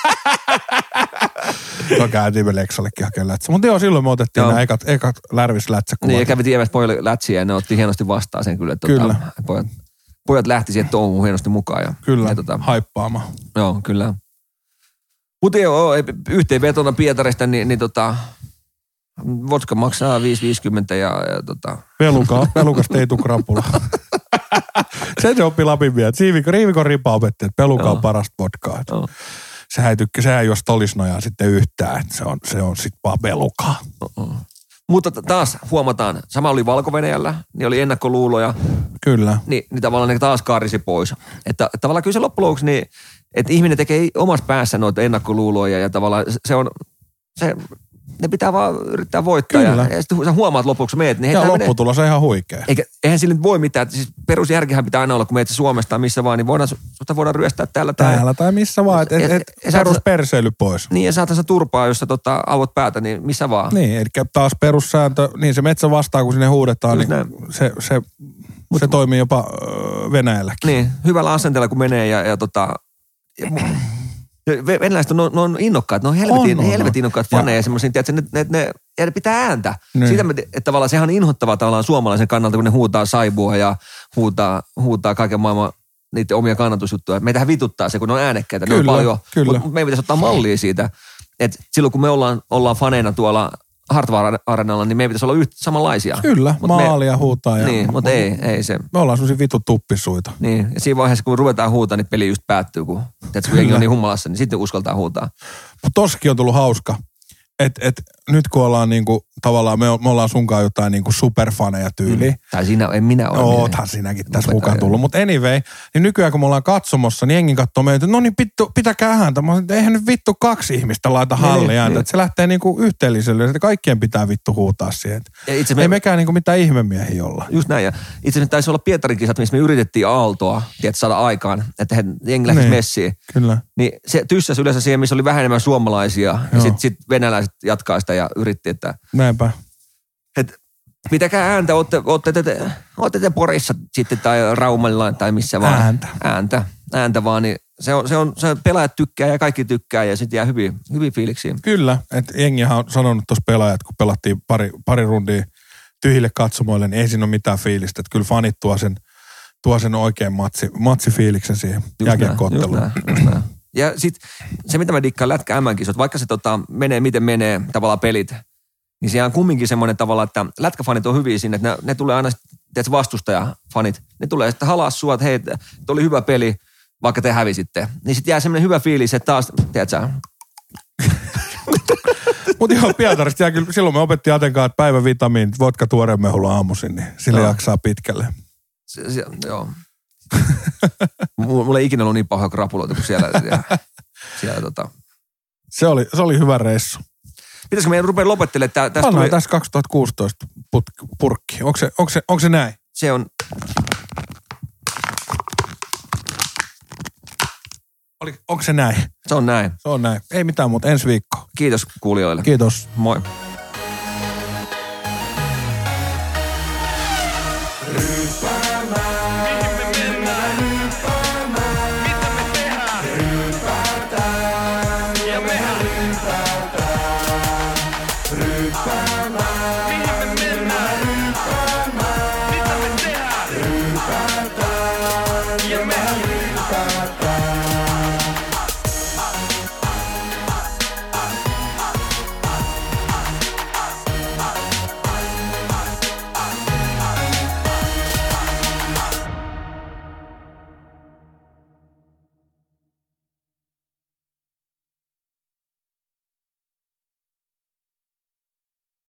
No käytiin me Leksallekin hakemaan lätsä. Mutta joo, silloin me otettiin nämä ekat Lärvis-lätsäkuvat. Niin, ja kävi tievässä pojille lätsiä ja ne otti hienosti vastaan sen kyllä. Kyllä. Pojat lähti siihen touhuun hienosti mukaan. Ja, kyllä, haippaamaan. Joo, kyllä. Mutta joo, yhteenvetona Pietarista, niin vodka maksaa 5,50 ja Pelukasta ei tule krapula. Se oppi Lapin vielä. Riivikon ripa opetti, että peluka on parasta vodkaa. Sehän ei jos tolisnojaa sitten yhtään, että se on sitten vaan pelukaa. Mutta taas huomataan, sama oli Valko-Venäjällä, niin oli ennakkoluuloja. Kyllä. Niin tavallaan ne taas kaarisi pois. Että tavallaan kyllä se loppujen lopuksi, niin, että ihminen tekee omassa päässä noita ennakkoluuloja ja tavallaan ne pitää vaan yrittää voittaa. Kyllä. Ja sitten sä huomaat lopuksi meet. Niin ja lopputulos on ihan huikea. Eihän sillä nyt voi mitään. Siis perusjärkihän pitää aina olla, kun meet Suomesta tai missä vaan, niin voidaan ryöstää täällä. Tai missä vaan, perusperseily pois. Niin, ja saatan turpaa, jossa auvot päätä, niin missä vaan. Niin, eli taas perussääntö, niin se metsä vastaa, kun sinne huudetaan, niin se toimii jopa Venäjälläkin. Niin, hyvällä asenteella kun menee ja venäläiset on innokkaat, ne on helvetin innokkaat faneja, semmoisia, että ne pitää ääntä. Niin. Siitä että tavallaan sehän on inhottavaa tavallaan suomalaisen kannalta, kun ne huutaa saibua ja huutaa kaiken maailman niiden omia kannatusjuttuja. Meitähän vituttaa se, kun ne on äänekkäitä. Kyllä, ne on paljon, kyllä. Mutta me ei pitäisi ottaa mallia siitä, että silloin kun me ollaan faneina tuolla Hartwall-arenalla, niin me ei pitäisi olla samanlaisia. Kyllä, maalia huutaa. Niin, mutta ei se. Me ollaan semmoisia vittu tuppisuita. Niin, ja siinä vaiheessa, kun ruvetaan huutaa, niin peli just päättyy, kun jengi on niin hummalassa, niin sitten uskaltaa huutaa. Mutta tossakin on tullut hauska, että nyt kun ollaan niinku, tavallaan, me ollaan sunkaan jotain niinku superfaneja tyyliin. Tai siinä en minä ole. Oothan sinäkin tässä mukaan tullut. Mutta anyway, niin nykyään kun me ollaan katsomossa, niin jengin katsoo meitä, no niin pitäkää ääntä. Mä sanoin, että eihän nyt vittu 2 ihmistä laita halliin ääntä. Että se lähtee niinku yhteelliselle, että kaikkien pitää vittu huutaa siihen. Ei mekään niinku mitään ihmemiehiä olla. Just näin. Ja itse asiassa taisi olla Pietarin kisat, missä me yritettiin Aaltoa, saada aikaan, että jengi lähtisi messiin. Kyllä. Niin se tyssäsi yleensä siihen, missä oli vähän enemmän suomalaisia. Ja sitten venäläiset jatkaa sitä ja yritti, että... Näinpä. Että pitäkää ääntä, ootte te Porissa sitten tai Raumalla tai missä vaan. Ääntä vaan, niin se pelaajat tykkää ja kaikki tykkää ja sitten jää hyviä fiiliksiä. Kyllä, että jengihän on sanonut tuossa pelaajat, kun pelattiin pari rundia tyhjille katsomoille, niin ei siinä ole mitään fiilistä. Että kyllä fanit tuo sen oikein matsifiiliksen siihen jääkiekko-otteluun. Ja sitten se, mitä mä dikkaan lätkä MM-kisot, vaikka se menee miten menee tavallaan pelit, niin siellä on kumminkin semmoinen tavalla, että lätkäfanit on hyviä siinä, että ne tulee aina, tiedätkö, vastustajafanit. Ne tulee sitten halaa sua, että hei, oli hyvä peli, vaikka te hävisitte. Niin sitten jää semmoinen hyvä fiilis, että taas, tiedätkö? Mutta ihan Pietarista jää kyllä, silloin me opettiin Atenkaan, että päivävitamiinit, vodka tuoreen mehulla aamuisin, niin sille jaksaa pitkälle. Joo. Mulla ei ikinä ollut niin pahoja krapuloita kuin siellä Se oli hyvä reissu. Pitäisikö meidän rupea lopettelemaan? Anna tässä 2016 purkki. Onko se näin? Se on... Onko se näin? Se on näin. Se on näin. Ei mitään muuta. Ensi viikko. Kiitos kuulijoille. Kiitos. Moi. Ja mehän ryypätään.